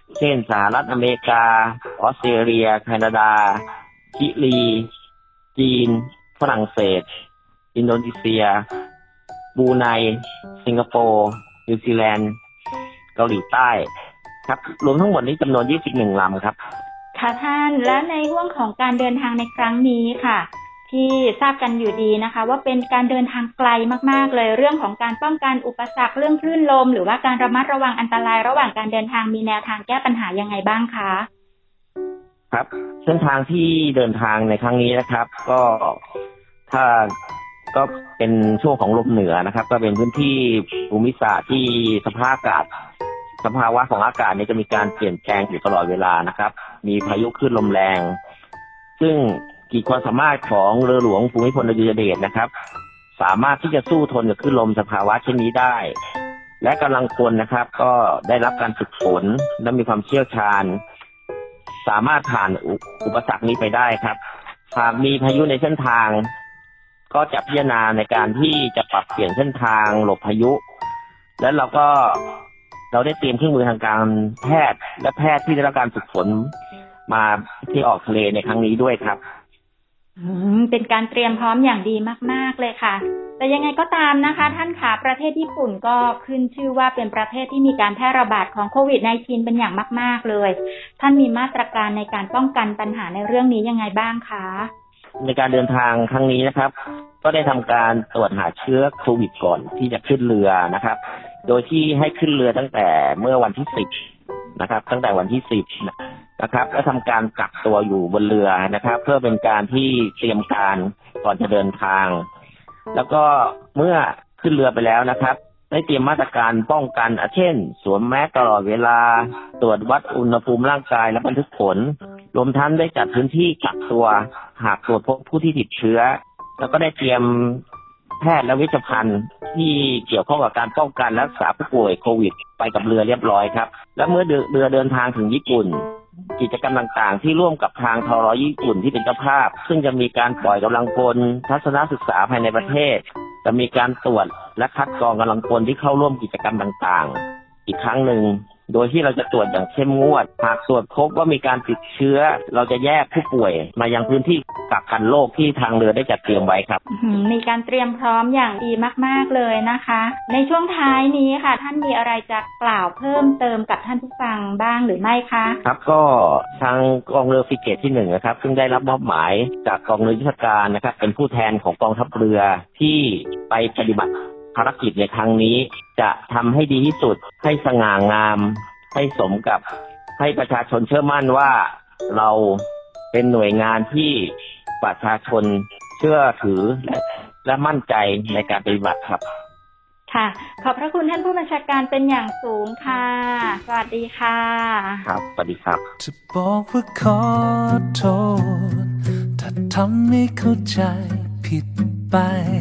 เช่นสหรัฐอเมริกาออสเตรเลียแคนาดาชิลีจีนฝรั่งเศสอินโดนีเซียบรูไนสิงคโปร์นิวซีแลนด์เกาหลีใต้ครับรวมทั้งหมดนี้จำนวนยี่สิบเอ็ดลำครับค่ะท่านและในห่วงของการเดินทางในครั้งนี้ค่ะที่ทราบกันอยู่ดีนะคะว่าเป็นการเดินทางไกลมากๆเลยเรื่องของการป้องกันอุปสรรคเรื่องคลื่นลมหรือว่าการระมัดระวังอันตรายระหว่างการเดินทางมีแนวทางแก้ปัญหายังไงบ้างคะครับเส้นทางที่เดินทางในครั้งนี้นะครับก็ถ้าก็เป็นช่วงของลมเหนือนะครับก็เป็นพื้นที่ภูมิศาสตร์ที่สภาพอากาศสภาวะของอากาศนี้จะมีการเปลี่ยนแปลงอยู่ตลอดเวลานะครับมีพายุคลื่นลมแรงซึ่งขีดความสามารถของเรือหลวงภูมิพลอดุลยเดชนะครับสามารถที่จะสู้ทนกับคลื่นลมสภาวะเช่นนี้ได้และกำลังพลนะครับก็ได้รับการฝึกฝนและมีความเชี่ยวชาญสามารถผ่านอุปสรรคนี้ไปได้ครับหากมีพายุในเส้นทางก็จะพิจารณาในการที่จะปรับเปลี่ยนเส้นทางหลบพายุและเราก็เราได้เตรียมเครื่องมือทางการแพทย์และแพทย์ที่ได้รับการฝึกฝนมาที่ออกทะเลในครั้งนี้ด้วยครับอืมเป็นการเตรียมพร้อมอย่างดีมากๆเลยค่ะแต่ยังไงก็ตามนะคะท่านคะประเทศญี่ปุ่นก็ขึ้นชื่อว่าเป็นประเทศที่มีการแพร่ระบาดของโควิด สิบเก้า เป็นอย่างมากๆเลยท่านมีมาตรการในการป้องกันปัญหาในเรื่องนี้ยังไงบ้างคะในการเดินทางครั้งนี้นะครับก็ได้ทำการตรวจหาเชื้อโควิดก่อนที่จะขึ้นเรือนะครับโดยที่ให้ขึ้นเรือตั้งแต่เมื่อวันที่สิบนะครับตั้งแต่วันที่สิบนะครับและทำการกักตัวอยู่บนเรือนะครับเพื่อเป็นการที่เตรียมการก่อนจะเดินทางแล้วก็เมื่อขึ้นเรือไปแล้วนะครับได้เตรียมมาตรการป้องกันเช่นสวมแมสตลอดเวลาตรวจวัดอุณหภูมิร่างกายและบันทึกผลรวมทั้งได้จัดพื้นที่กักตัวหากตรวจพบผู้ที่ติดเชื้อแล้วก็ได้เตรียมแพทย์และเวชภัณฑ์ที่เกี่ยวข้องกับการป้องกันรักษาผู้ป่วยโควิดไปกับเรือเรียบร้อยครับและเมื่อเรือเดินทางถึงญี่ปุ่นกิจกรรมต่างๆที่ร่วมกับทางทรญี่ปุ่นที่เป็นเจ้าภาพซึ่งจะมีการปล่อยกำลังพลทัศนศึกษาภายในประเทศจะมีการตรวจและคัดกรองกำลังพลที่เข้าร่วมกิจกรรมต่างๆอีกครั้งหนึ่งโดยที่เราจะตรวจอย่างเข้มงวดหากตรวจพบว่ามีการติดเชื้อเราจะแยกผู้ป่วยมายังพื้นที่กักกันโรคที่ทางเรือได้จัดเตรียมไว้ครับมีการเตรียมพร้อมอย่างดีมากๆเลยนะคะในช่วงท้ายนี้ค่ะท่านมีอะไรจะกล่าวเพิ่มเติมกับท่านผู้ฟังบ้างหรือไม่คะครับก็ทางกองเรือฟริเกตที่หนึ่งนะครับซึ่งได้รับมอบหมายจากกองเรือยุทธการนะครับเป็นผู้แทนของกองทัพเรือที่ไปปฏิบัติภารกิจในครั้งนี้จะทำให้ดีที่สุดให้สง่างามให้สมกับให้ประชาชนเชื่อมั่นว่าเราเป็นหน่วยงานที่ประชาชนเชื่อถือและและมั่นใจในการปฏิบัติครับค่ะขอบพระคุณท่านผู้บัญชาการเป็นอย่างสูงค่ะสวัสดีค่ะครับสวัสดีครับจะบอกว่าขอโทษถ้าทำให้เข้าใจผิดไป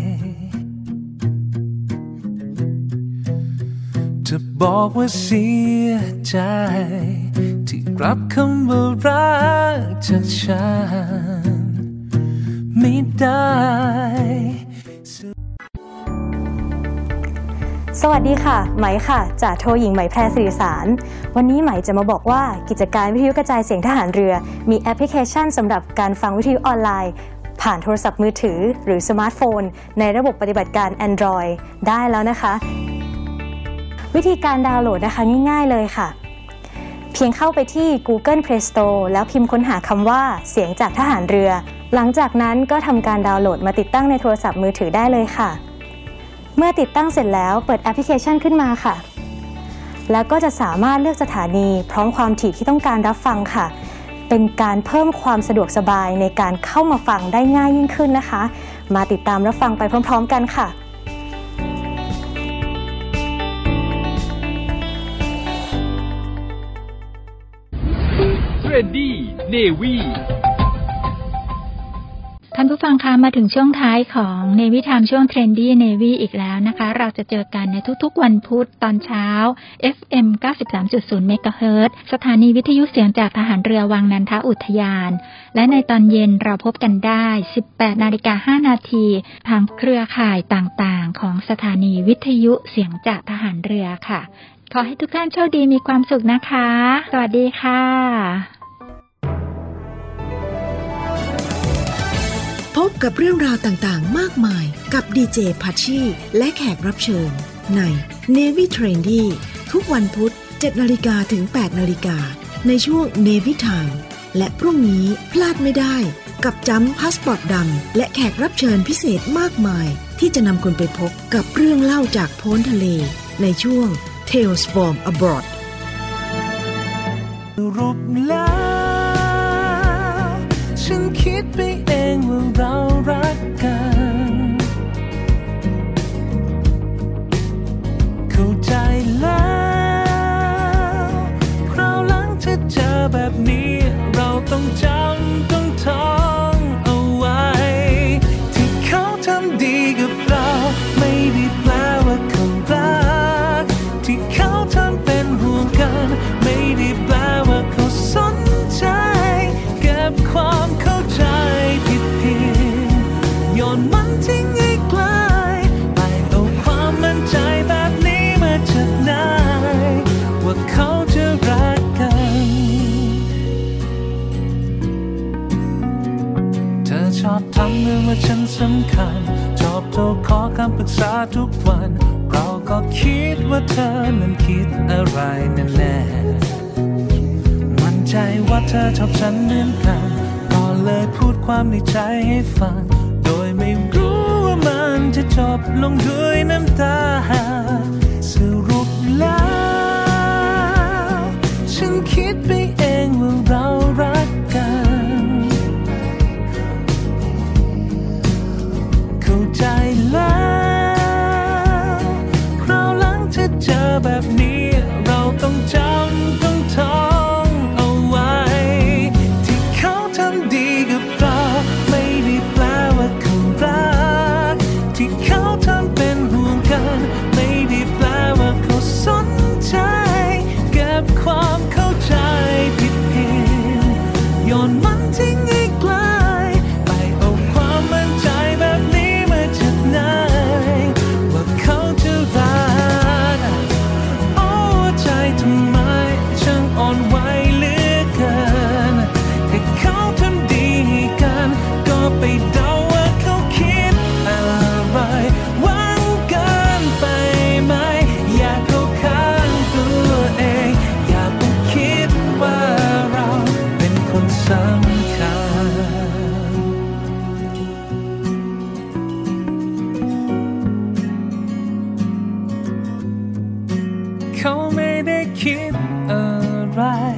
จะบอกว่าเสียใจที่รับคำว่ารักจากฉันไม่ได้สวัสดีค่ะไหมค่ะจากโทหญิงไหมแพรสิริสารวันนี้ไหมจะมาบอกว่ากิจการวิทยุกระจายเสียงทหารเรือมีแอปพลิเคชันสำหรับการฟังวิทยุออนไลน์ผ่านโทรศัพท์มือถือหรือสมาร์ทโฟนในระบบปฏิบัติการ Android ได้แล้วนะคะวิธีการดาวน์โหลดนะคะง่ายๆเลยค่ะเพียงเข้าไปที่ Google Play Store แล้วพิมพ์ค้นหาคำว่าเสียงจากทหารเรือหลังจากนั้นก็ทำการดาวน์โหลดมาติดตั้งในโทรศัพท์มือถือได้เลยค่ะเมื่อติดตั้งเสร็จแล้วเปิดแอปพลิเคชันขึ้นมาค่ะแล้วก็จะสามารถเลือกสถานีพร้อมความถี่ที่ต้องการรับฟังค่ะเป็นการเพิ่มความสะดวกสบายในการเข้ามาฟังได้ง่ายยิ่งขึ้นนะคะมาติดตามรับฟังไปพร้อมๆกันค่ะ Trendy Navy ท่านผู้ฟังคะมาถึงช่วงท้ายของ Navy Time ช่วง Trendy Navy อีกแล้วนะคะเราจะเจอกันในทุกๆวันพุธตอนเช้า เอฟ เอ็ม เก้าสิบสามจุดศูนย์ เมกะเฮิรตซ์ สถานีวิทยุเสียงจากทหารเรือวังนันทอุทยานและในตอนเย็นเราพบกันได้ สิบแปดนาฬิกาห้านาทีทางเครือข่ายต่างๆของสถานีวิทยุเสียงจากทหารเรือค่ะขอให้ทุกท่านโชคดีมีความสุขนะคะสวัสดีค่ะพบกับเรื่องราวต่างๆมากมายกับดีเจพัชชีและแขกรับเชิญใน Navy Trendy ทุกวันพุธ เจ็ดนาฬิกา ถึง แปดนาฬิกา ในช่วง Navy Time และพรุ่งนี้พลาดไม่ได้กับจัมพาสปอร์ตดำและแขกรับเชิญพิเศษมากมายที่จะนำคุณไปพบกับเรื่องเล่าจากโพ้นทะเลในช่วง Tales from Abroad รุปแล้วฉันคิดไปเองว่าเรารักกันเข้าใจแล้วคราวหลังจะเจอแบบนี้เราต้องจำต้องท่องเอาไว้ที่เขาทำดีกับเราไม่ได้แปลว่าเขารักที่เขาทำเป็นห่วงกันไม่ได้แปลว่าเขาสนใจเก็บความเข้าใจผิดเพียงโยนมันทิ้งให้ไกลไปเอาความมั่นใจแบบนี้มาจากไหนว่าเขาจะรักกันเธอชอบทำเหมือนว่าฉันสำคัญชอบโทรขอคำปรึกษาทุกวันเราก็คิดว่าเธอนั้นคิดอะไรนั่นแหละมั่นใจว่าเธอชอบฉันเหมือนกันก็เลยพูดความในใจให้ฟังโดยไม่รู้ว่ามันจะจบลงด้วยน้ำตาสรุปแล้วฉันคิดไปเองว่าเรารักกันเข้าใจแล้วคราวหลังจะเจอแบบนี้เราต้องจำต้องท่องเอาไว้ที่เขาทำดีกับเราไม่ได้แปลว่าเขารักที่เขาทำเป็นห่วงกันไม่ได้แปลว่าเขาสนใจเก็บความเข้าใจผิดเพียงโยนมันทิ้งให้ไกลไปเอาความมั่นใจแบบนี้มาจากไหนว่าเขาจะรักโอ้ใจทำไมช่างอ่อนไหวเหลือเกินแค่เขาทำดีกันก็ไปเดาว่าเขาคิดอะไรหวังเกินไปไหมอยากเข้าข้างตัวเองอยากไปคิดว่าเราเป็นคนสำคัญเขาไม่ได้คิดอะไร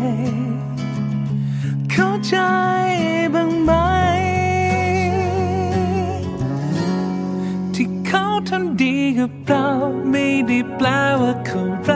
เข้าใจบ้างไหมที่เขาทำดีกับเราไม่ได้แปลว่าเขารัก